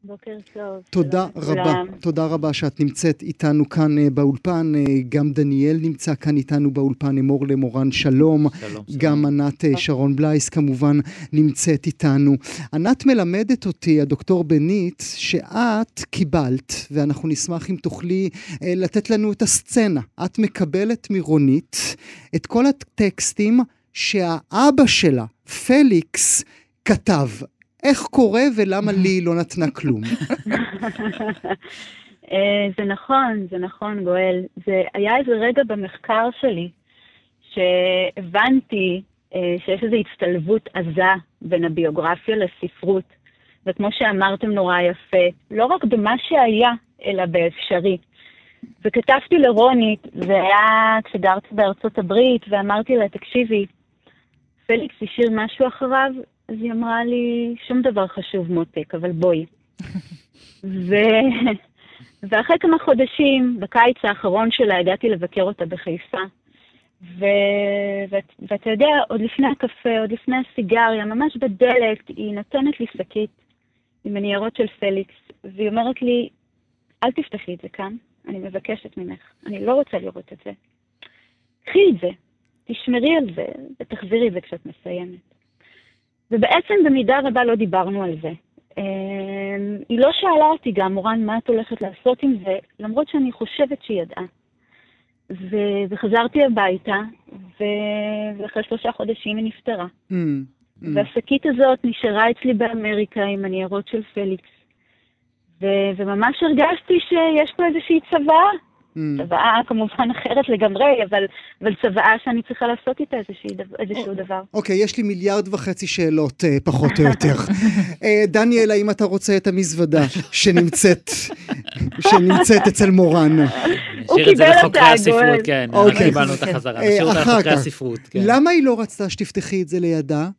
בוקר טוב. תודה רבה, תודה רבה שאת נמצאת איתנו כאן באולפן, גם דניאל נמצא כאן איתנו באולפן, אמור למורן שלום, גם ענת שרון בלייס כמובן נמצאת איתנו. ענת מלמדת אותי, הדוקטור בנית, שאת קיבלת, ואנחנו נשמח אם תוכלי לתת לנו את הסצנה. את מקבלת מרונית את כל הטקסטים שהאבא שלה, פליקס, כתב. איך קורה ולמה לי לא נתנה כלום? זה נכון, גואל. זה היה איזה רגע במחקר שלי, שהבנתי שיש איזו הצטלבות עזה בין הביוגרפיה לספרות, וכמו שאמרתם נורא יפה, לא רק במה שהיה, אלא באפשרי. וכתבתי לרונית, זה היה כשגרתי בארצות הברית, ואמרתי לה, תקשיבי, פליקס השאיר משהו אחריו, אז היא אמרה לי, שום דבר חשוב מותק, אבל בואי. ואחרי כמה חודשים, בקיץ האחרון שלה, הגעתי לבקר אותה בחיפה. ואתה יודע, עוד לפני הקפה, עוד לפני הסיגריה, ממש בדלת, היא נותנת לי שקית עם הניירות של פליקס, והיא אומרת לי, אל תפתחי את זה כאן, אני מבקשת ממך, אני לא רוצה לראות את זה. קחי את זה, תשמרי על זה, ותחזירי את זה כשאת מסיימת. ובעצם במידה רבה לא דיברנו על זה. היא לא שאלה אותי גם, מורן, מה את הולכת לעשות עם זה, למרות שאני חושבת שהיא ידעה. וחזרתי הביתה, ואחרי 3 חודשים היא נפטרה. והשקית הזאת נשארה אצלי באמריקה עם הניירות של פליקס. וממש הרגשתי שיש פה איזושהי צוואה. צוואה כמובן אחרת לגמרי, אבל צוואה שאני צריכה לעשות איתה איזשהו דבר. אוקיי, יש לי 1.5 מיליארד שאלות, פחות או יותר. דניאל, האם אתה רוצה את המזוודה שנמצאת אצל מורן? נשאיר את זה לחוקרי הספרות, כן. קיבלנו את החזרה. נשאיר אותה לחוקרי הספרות, כן. למה היא לא רצתה שתפתחי את זה לידה?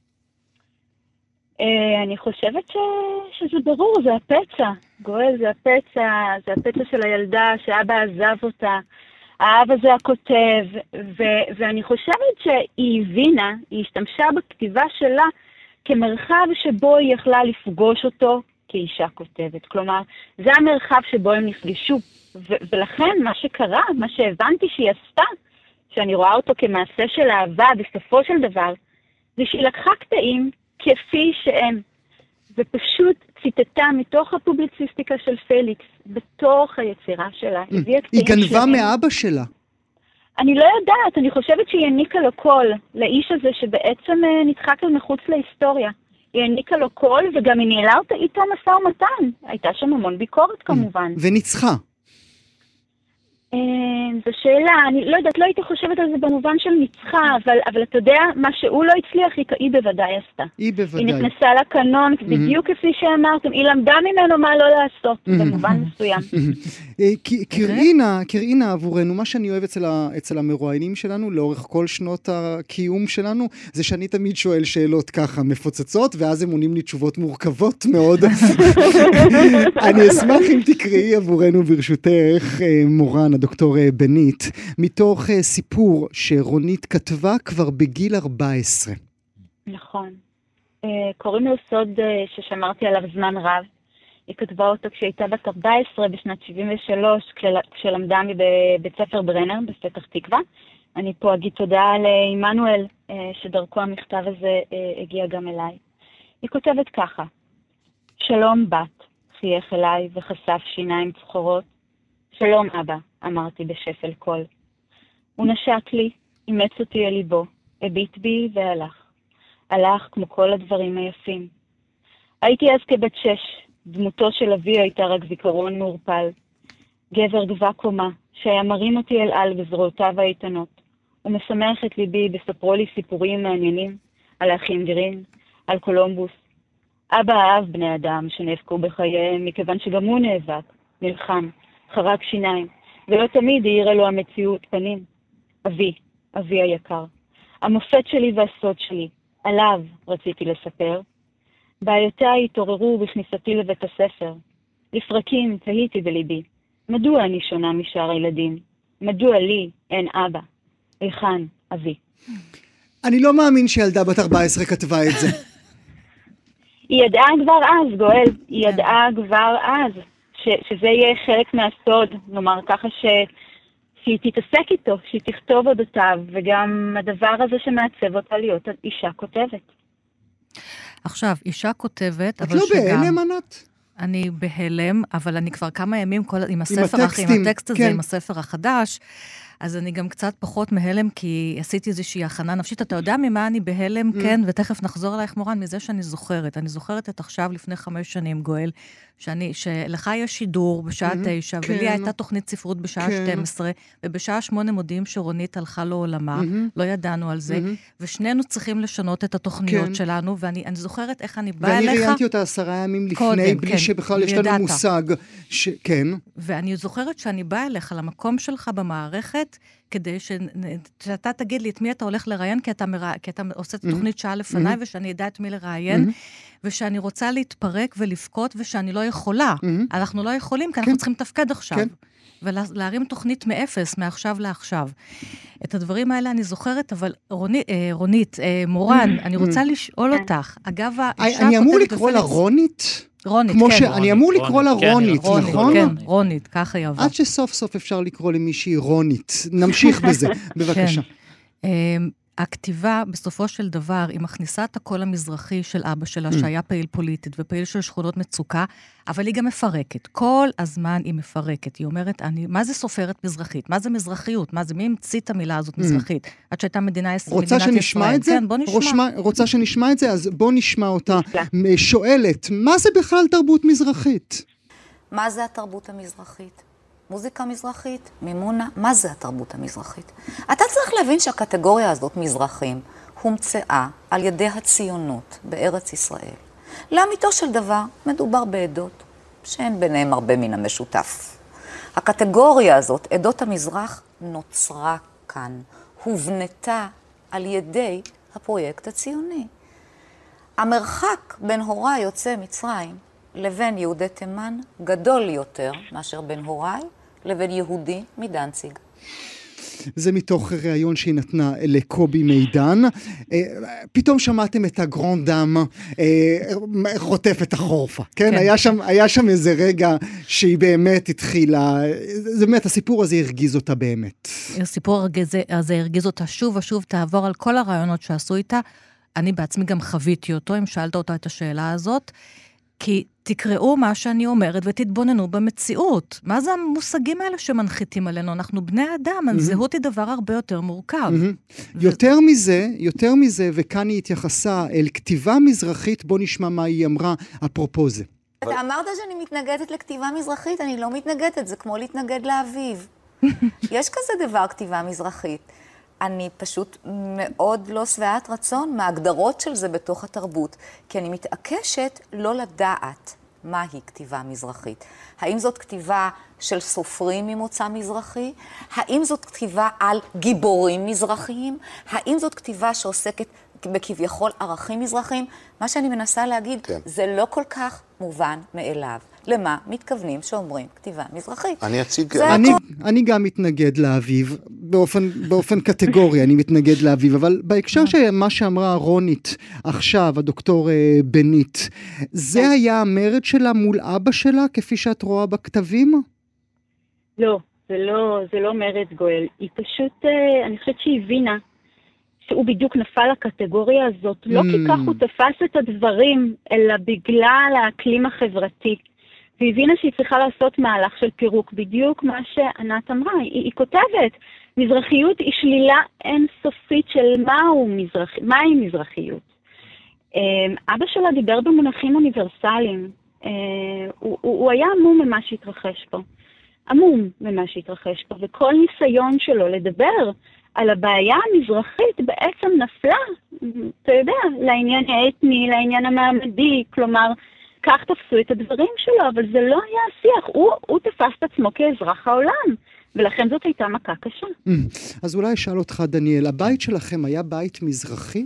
אני חושבת שזה ברור, זה הפצע. גואל, זה הפצע של הילדה שאבא עזב אותה. האבא זה הכותב, ואני חושבת שהיא הבינה, היא השתמשה בכתיבה שלה כמרחב שבו היא יכלה לפגוש אותו כאישה כותבת. כלומר, זה המרחב שבו הם נפגשו. ולכן מה שקרה, מה שהבנתי שהיא עשתה, שאני רואה אותו כמעשה של אהבה בסופו של דבר, זה שהיא לקחה קטעים כפי שהם, ופשוט ציטטה מתוך הפובליציסטיקה של פליקס, בתוך היצירה שלה. היא גנבה מאבא שלה. אני לא יודעת, אני חושבת שהיא העניקה לו קול, לאיש הזה שבעצם נדחק על מחוץ להיסטוריה. היא העניקה לו קול, וגם היא ניהלה אותה איתו משא ומתן. הייתה שם המון ביקורת כמובן. וניצחה. זו שאלה, אני לא יודעת, לא הייתי חושבת על זה במובן של ניצחה, אבל אתה יודע, מה שהוא לא הצליח, היא בוודאי עשתה. היא בוודאי. היא נכנסה לקנון, בדיוק כפי שאמרתם, היא למדה ממנו מה לא לעשות, במובן מסוים. קרינה עבורנו, מה שאני אוהב אצל המרואיינים שלנו, לאורך כל שנות הקיום שלנו, זה שאני תמיד שואל שאלות ככה מפוצצות, ואז הם עונים לי תשובות מורכבות מאוד. אני אשמח אם תקראי עבורנו ברשותך, מורן, הדוקטור בנית, מתוך סיפור שרונית כתבה כבר בגיל 14. נכון. קוראים לו סוד ששמרתי עליו זמן רב. היא כתבה אותו כשהייתה בת 14 בשנת 73, כשלמדה מבית ספר ברנר בפתח תקווה. אני פה אגיד תודה לעמנואל, שדרכו המכתב הזה הגיע גם אליי. היא כותבת ככה: שלום בת, חייך אליי וחשף שיניים צחורות. שלום אבא, אמרתי בשפל קול. הוא נשק לי, אימץ אותי אל ליבו, הביט בי והלך. הלך כמו כל הדברים היפים. הייתי אז כבת 6, דמותו של אבי הייתה רק זיכרון מעורפל. גבר גבה קומה, שהיה מרים אותי אל על בזרועותיו האיתנות. הוא משמח את ליבי בספרו לי סיפורים מעניינים, על האחים גרין, על קולומבוס. אבא אהב בני אדם שנאבקו בחייהם, מכיוון שגם הוא נאבק, נלחם. חרק שיניים, ולא תמיד העירה לו המציאות פנים. אבי היקר, המופת שלי והסוד שלי, עליו רציתי לספר. בעיותיי התעוררו בכניסתי לבית הספר. לפרקים תהיתי בליבי, מדוע אני שונה משאר הילדים? מדוע לי אין אבא? היכן אבי? אני לא מאמין שילדה בת 14 כתבה את זה. היא ידעה כבר אז, גואל, היא ידעה כבר אז, שזה יהיה חלק מהסוד, כלומר, ככה שהיא תתעסק איתו, שהיא תכתוב אודותיו, וגם הדבר הזה שמעצב אותה להיות אישה כותבת. עכשיו, אישה כותבת, אבל שגם... את לא בהלם, ענת? אני בהלם, אבל אני כבר כמה ימים עם הספר, עם הטקסט הזה, עם הספר החדש, אז אני גם קצת פחות מהלם, כי עשיתי איזושהי הכנה נפשית. אתה יודע ממה אני בהלם? כן, ותכף נחזור אלייך, מורן, מזה שאני זוכרת. אני זוכרת את עכשיו לפני 5 שנים, גואל, שלך יש שידור בשעה 9, ולי הייתה תוכנית ספרות בשעה 12, ובשעה 8 מודיעים שרונית הלכה לעולמה, לא ידענו על זה, ושנינו צריכים לשנות את התוכניות שלנו, ואני זוכרת איך אני באה אליך... ואני ראיינתי אותה 10 ימים לפני, בלי שבכלל יש לנו מושג. כן. ואני זוכרת שאני באה אליך למקום שלך במערכת, כדי שאתה תגיד לי את מי אתה הולך לראיין, כי אתה עושה את התוכנית שעה לפניי, ושאני אדע את מי לראיין, ושאני רוצה להתפרק ולבכות, ושאני לא יכולה. אנחנו לא יכולים, כי אנחנו צריכים לתפקד עכשיו. ולהרים תוכנית מאפס, מעכשיו לעכשיו. את הדברים האלה אני זוכרת, אבל רונית, מורן, אני רוצה לשאול אותך. אגב, אני אמור לקרוא לה רונית? רונית, כן. אני אמור לקרוא לה רונית, נכון? כן, רונית, ככה היא עבר. עד שסוף סוף אפשר לקרוא למישהי רונית. נמשיך בזה, בבקשה. הכתיבה, בסופו של דבר, היא מכניסה את הקול המזרחי של אבא שלה, שהיה פעיל פוליטית ופעיל של שכונות מצוקה, אבל היא גם מפרקת. כל הזמן היא מפרקת. היא אומרת, מה זה סופרת מזרחית? מה זה מזרחיות? מי המציא את המילה הזאת מזרחית? עד שהייתה מדינת ישראל. רוצה שנשמע את זה? כן, בוא נשמע. רוצה שנשמע את זה? אז בוא נשמע אותה. שואלת, מה זה בכלל תרבות מזרחית? מה זה התרבות המזרחית? מוזיקה מזרחית, מימונה, מה זה התרבות המזרחית? אתה צריך להבין שהקטגוריה הזאת, מזרחים, הומצאה על ידי הציונות בארץ ישראל. לאמיתו של דבר, מדובר בעדות שאין ביניהם הרבה מן המשותף. הקטגוריה הזאת, עדות המזרח, נוצרה כאן, הובנתה על ידי הפרויקט הציוני. המרחק בין הוריי יוצא מצרים לבין יהודי תימן גדול יותר מאשר בין הוריי לבין יהודי מדנציג. זה מתוך ראיון שהיא נתנה לקובי מידן. פתאום שמעתם את הגרונדאם רוטף את החורפה. כן? היה שם איזה רגע שהיא באמת התחילה, זה באמת, הסיפור הזה הרגיז אותה באמת. הסיפור הזה הרגיז אותה שוב ושוב, תעבור על כל הרעיונות שעשו איתה. אני בעצמי גם חוויתי אותו, אם שאלת אותה את השאלה הזאת, כי תקראו מה שאני אומרת ותתבוננו במציאות. מה זה המושגים האלה שמנחיתים עלינו? אנחנו בני אדם, הזהות היא דבר הרבה יותר מורכב. יותר מזה, וכאן היא התייחסה אל כתיבה מזרחית, בוא נשמע מה היא אמרה אפרופו זה. אתה אמרת שאני מתנגדת לכתיבה מזרחית, אני לא מתנגדת, זה כמו להתנגד לאביב. יש כזה דבר כתיבה מזרחית. אני פשוט מאוד לא שבעת רצון מההגדרות של זה בתוך התרבות, כי אני מתעקשת לא לדעת מהי כתיבה מזרחית. האם זאת כתיבה של סופרים ממוצא מזרחי? האם זאת כתיבה על גיבורים מזרחיים? האם זאת כתיבה שעוסקת בכביכול ערכים מזרחיים? מה שאני מנסה להגיד, זה לא כל כך מובן מאליו. למה מתכוונים שאומרים כתיבה מזרחית? אני גם מתנגד לאביב, באופן קטגורי אני מתנגד לאביב, אבל בהקשר שמה שאמרה רונית עכשיו, הדוקטור בנית, זה היה המרד שלה מול אבא שלה, כפי שאת רואה בכתבים? לא, זה לא מרד גואל. היא פשוט, אני חושבת שהיא הבינה שהוא בדיוק נפל לקטגוריה הזאת, לא כי כך הוא תפס את הדברים, אלא בגלל האקלים החברתי. והיא הבינה שהיא צריכה לעשות מהלך של פירוק, בדיוק מה שענת אמרה. היא כותבת, מזרחיות היא שלילה אינסופית של מהי מזרחיות. אבא שלה דיבר במונחים אוניברסליים. הוא היה עמום ממה שהתרחש פה. וכל ניסיון שלו לדבר על הבעיה המזרחית בעצם נפלה, אתה יודע, לעניין האתני, לעניין המעמדי, כלומר, כך תפסו את הדברים שלו, אבל זה לא היה השיח, הוא תפס את עצמו כאזרח העולם, ולכן זאת הייתה מכה קשה. אז אולי אשאל אותך, דניאל, הבית שלכם היה בית מזרחי?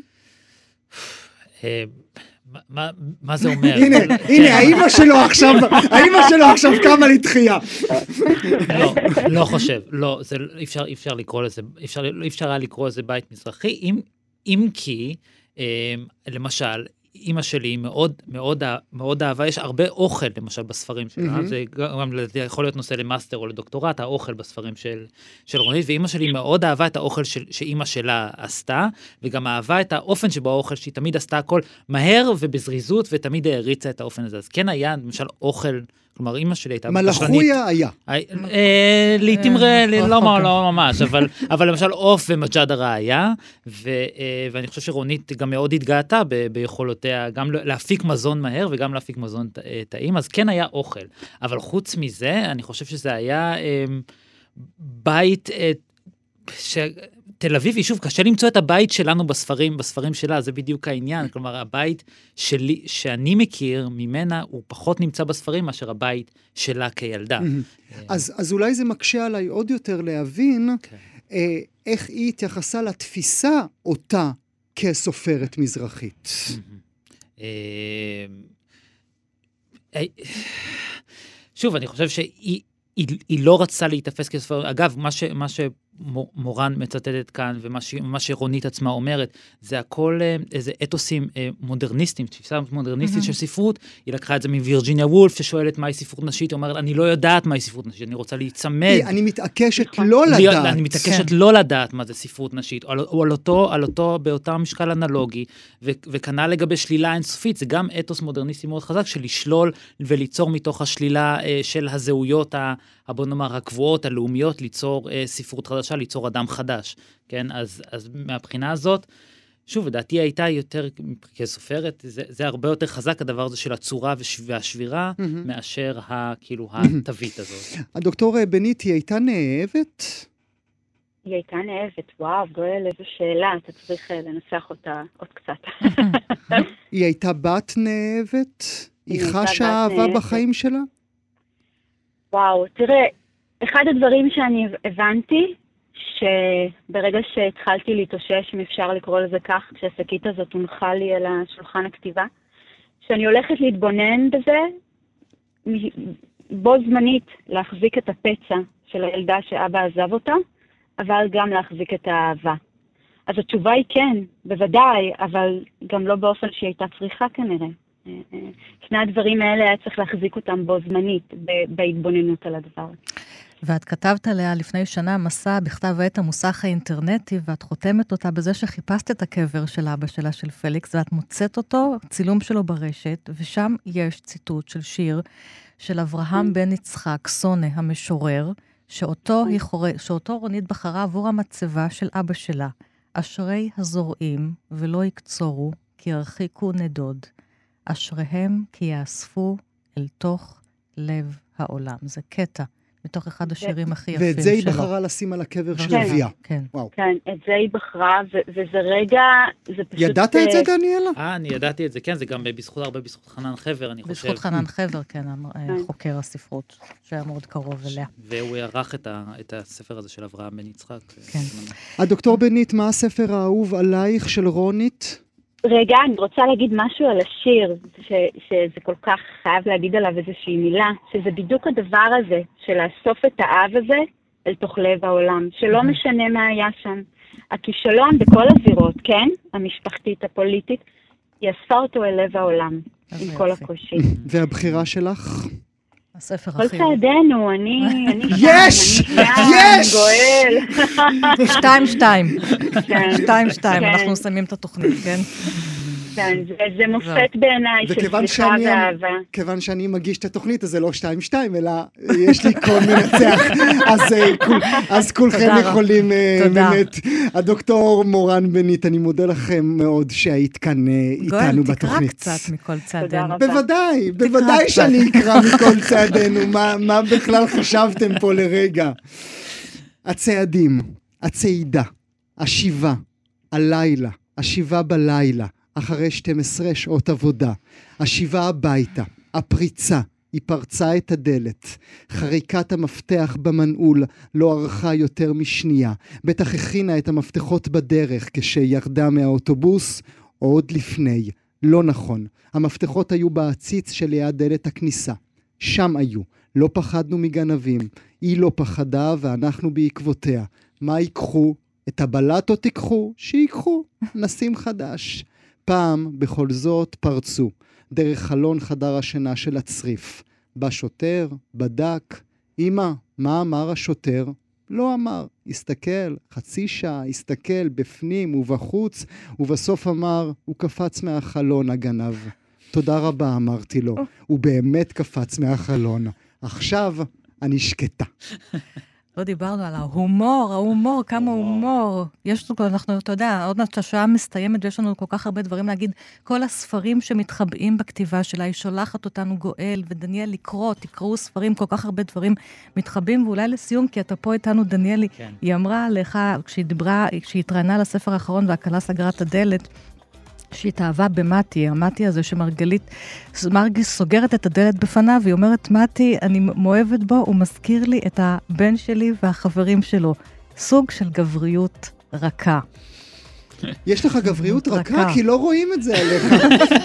מה זה אומר? הנה, האמא שלו עכשיו קמה לתחייה. לא חושב, לא, אפשר לקרוא לזה, אפשר היה לקרוא לזה בית מזרחי, אם כי, למשל, אימא שלי מאוד אהבה, יש הרבה אוכל, למשל, בספרים שלה, זה גם יכול להיות נושא למאסטר או לדוקטורט, האוכל בספרים של רונית, ואימא שלי מאוד אהבה את האוכל שאימא שלה עשתה, וגם אהבה את האופן שבו האוכל שהיא תמיד עשתה הכל מהר ובזריזות, ותמיד העריצה את האופן הזה. אז כן היה, למשל, אוכל, כלומר, אימא שלי הייתה מלאכויה היה. לעתים לא ממש, אבל למשל עוף ומג'דרה היה, ואני חושב שרונית גם מאוד התגאתה ביכולותיה, גם להפיק מזון מהר וגם להפיק מזון טעים, אז כן היה אוכל. אבל חוץ מזה, אני חושב שזה היה בית, תל אביב, יישוב, קשה למצוא את הבית שלנו בספרים שלה, זה בדיוק העניין, כלומר, הבית שלי, שאני מכיר ממנה, הוא פחות נמצא בספרים מאשר הבית שלה כילדה. אז אולי זה מקשה עליי עוד יותר להבין, איך היא התייחסה לתפיסה אותה כסופרת מזרחית. שוב, אני חושב שהיא לא רצתה להתאפס כסופרת, אגב, מה שמורן מצטטת כאן, ומה שרונית עצמה אומרת, זה הכל איזה אתוסים מודרניסטיים, תפיסה מודרניסטית של ספרות, היא לקחה את זה מווירג'יניה וולף, ששואלת מהי ספרות נשית, היא אומרת, אני לא יודעת מהי ספרות נשית, אני רוצה להיצמד. אני מתעקשת לא לדעת. אני מתעקשת לא לדעת מה זה ספרות נשית, או על אותו באותה משקל אנלוגי, וכנ"ל לגבי שלילה אינסופית, זה גם אתוס מודרניסטי מאוד חזק, של לשלול וליצור מתוך השלילה של הזהויות, בוא נאמר, הקבועות, הלאומיות, ליצור ספרות חדשה, ליצור אדם חדש, כן? אז מהבחינה הזאת, שוב, לדעתי הייתה יותר, כסופרת, זה הרבה יותר חזק, הדבר הזה של הצורה והשבירה, מאשר כאילו התווית הזאת. הדוקטור בנית, היא הייתה נאהבת? היא הייתה נאהבת, וואו, גואל, איזו שאלה, אתה צריך לנסח אותה עוד קצת. היא הייתה בת נאהבת? היא חשה אהבה בחיים שלה? וואו, תראה, אחד הדברים שאני הבנתי, שברגע שהתחלתי להתאושש, אם אפשר לקרוא לזה כך, כשהשקית הזאת הונחה לי על השולחן הכתיבה, שאני הולכת להתבונן בזה, בו זמנית להחזיק את הפצע של הילדה שאבא עזב אותה, אבל גם להחזיק את האהבה. אז התשובה היא כן, בוודאי, אבל גם לא באופן שהיא הייתה צריכה כנראה. שני הדברים האלה היה צריך להחזיק אותם בו זמנית, בהתבוננות על הדבר. ואת כתבת עליה לפני שנה מסע בכתב העת המוסך האינטרנטי, ואת חותמת אותה בזה שחיפשת את הקבר של אבא שלה, של פליקס, ואת מוצאת אותו, צילום שלו ברשת, ושם יש ציטוט של שיר של אברהם בן יצחק, סונה המשורר, שאותו רונית בחרה עבור המצבה של אבא שלה. אשרי הזורעים ולא יקצורו, כי ירחיקו נדוד. אשריהם כי יאספו אל תוך לב העולם. זה קטע מתוך אחד השירים הכי יפים שלו. ואת זה היא בחרה לשים על הקבר של אביה. כן. כן, את זה היא בחרה, וזה רגע, זה פשוט... ידעת את זה, דניאלה? אני ידעתי את זה, כן, זה גם הרבה בזכות חנן חבר, אני חושב. בזכות חנן חבר, כן, חוקר הספרות, שהיה מאוד קרוב אליה. והוא יערך את הספר הזה של אברהם בן יצחק. כן. הדוקטור בנית, מה הספר האהוב עלייך של רונית? רגע, אני רוצה להגיד משהו על השיר, שזה כל כך חייב להגיד עליו איזושהי מילה, שזה בדיוק הדבר הזה, של לאסוף את האב הזה אל תוך לב העולם, שלא משנה מה היה שם. הכישלון בכל הזירות, כן? המשפחתית, הפוליטית, היא אספה אותו אל לב העולם, עם כל הקושי. והבחירה שלך? הספר כל הכי... צעדנו, אני יש! יש! גואל. 2-2. אנחנו שמים את התוכנית, כן? כן, זה מופת בעיניי של סליחה ואהבה. כיוון שאני מגיש את התוכנית, אז זה לא 2-2, אלא יש לי קול מנצח, אז כולכם יכולים באמת. הדוקטור מורן בנית, אני מודה לכם מאוד שהיית כאן איתנו בתוכנית. גואל, תקרא קצת מכל צעדנו. בוודאי שאני אקרא מכל צעדנו, מה בכלל חשבתם פה לרגע? הצעדים, הצעידה, השיבה, הלילה, השיבה בלילה, אחרי 12 שעות עבודה, השיבה הביתה, הפריצה, היא פרצה את הדלת, חריקת המפתח במנעול לא ערכה יותר משנייה, בטח הכינה את המפתחות בדרך כשירדה מהאוטובוס, או עוד לפני, לא נכון, המפתחות היו בעציץ שליד דלת הכניסה, שם היו, לא פחדנו מגנבים, היא לא פחדה ואנחנו בעקבותיה, מה ייקחו? את הבלטות תיקחו? שיקחו, נשים חדש. פעם בכל זאת פרצו דרך חלון חדר השינה של הצריף. בא שוטר, בדק, אמא, מה אמר השוטר? לא אמר, הסתכל, חצי שעה, הסתכל בפנים ובחוץ, ובסוף אמר, הוא קפץ מהחלון הגנב. תודה רבה, אמרתי לו. הוא באמת קפץ מהחלון. עכשיו אני שקטה. לא דיברנו על ההומור, כמה הומור. יש לנו, אנחנו, אתה יודע, עוד מעט השעה מסתיימת, ויש לנו כל כך הרבה דברים להגיד. כל הספרים שמתחבאים בכתיבה שלה, היא שולחת אותנו גואל ודניאל לקרוא, תקראו ספרים, כל כך הרבה דברים מתחבאים, ואולי לסיום, כי אתה פה איתנו, דניאלי, כן. היא אמרה לך, כשהיא התראיינה לספר האחרון, והקלה סגרה את הדלת, שהיא התאהבה במתי, המתי הזה שמרגי סוגרת את הדלת בפניו, והיא אומרת, מתי, אני מאוהבת בו, הוא מזכיר לי את הבן שלי והחברים שלו. סוג של גבריות רכה. יש לך גבריות רכה? כי לא רואים את זה עליך.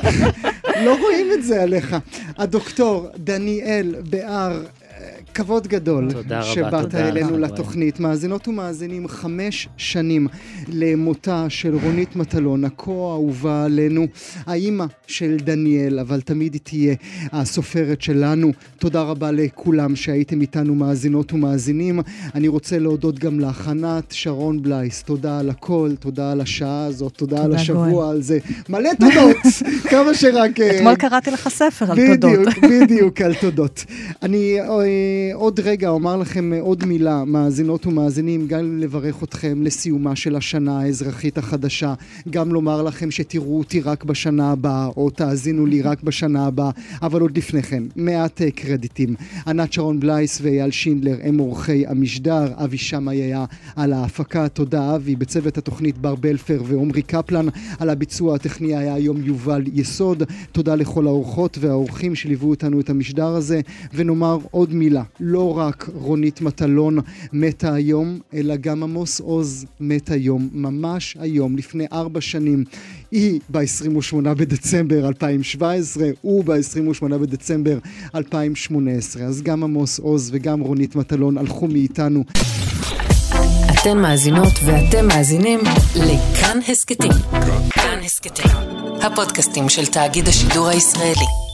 לא רואים את זה עליך. הדוקטור דניאל באר, כבוד גדול שבאת אלינו לתוכנית. מאזינות ומאזינים, 5 שנים למותה של רונית מטלון, הכה אהובה עלינו, האימא של דניאל, אבל תמיד היא תהיה הסופרת שלנו. תודה רבה לכולם שהייתם איתנו, מאזינות ומאזינים. אני רוצה להודות גם להכנת שרון בלייס, תודה על הכל, תודה על השעה הזאת, תודה על השבוע, על זה. מלא תודות, כמה שרק... אתמול קראתי לך ספר על תודות. בדיוק, על תודות. אני... עוד רגע אומר לכם עוד מילה, מאזינות ומאזינים, גם לברך אתכם לסיומה של השנה האזרחית החדשה, גם לומר לכם שתראו אותי רק בשנה הבאה, או תאזינו לי רק בשנה הבאה, אבל עוד לפניכם, מעט קרדיטים. ענת שרון בלייס ואייל שינדלר הם עורכי המשדר, אבי שמאי היה על ההפקה, תודה אבי, בצוות התוכנית בר בלפר ועומרי קפלן, על הביצוע הטכני היה היום יובל יסוד, תודה לכל האורחות והאורחים שליוו אותנו את המשדר הזה, ונאמר עוד מילה, לא רק רונית מטלון מתה היום, אלא גם עמוס עוז מת היום, ממש היום, לפני 4 שנים. היא ב-28 בדצמבר 2017, הוא ב-28 בדצמבר 2018. אז גם עמוס עוז וגם רונית מטלון הלכו מאיתנו. אתן מאזינות ואתם מאזינים לכאן הסקטים. כאן הסקטים, הפודקאסטים של תאגיד השידור הישראלי.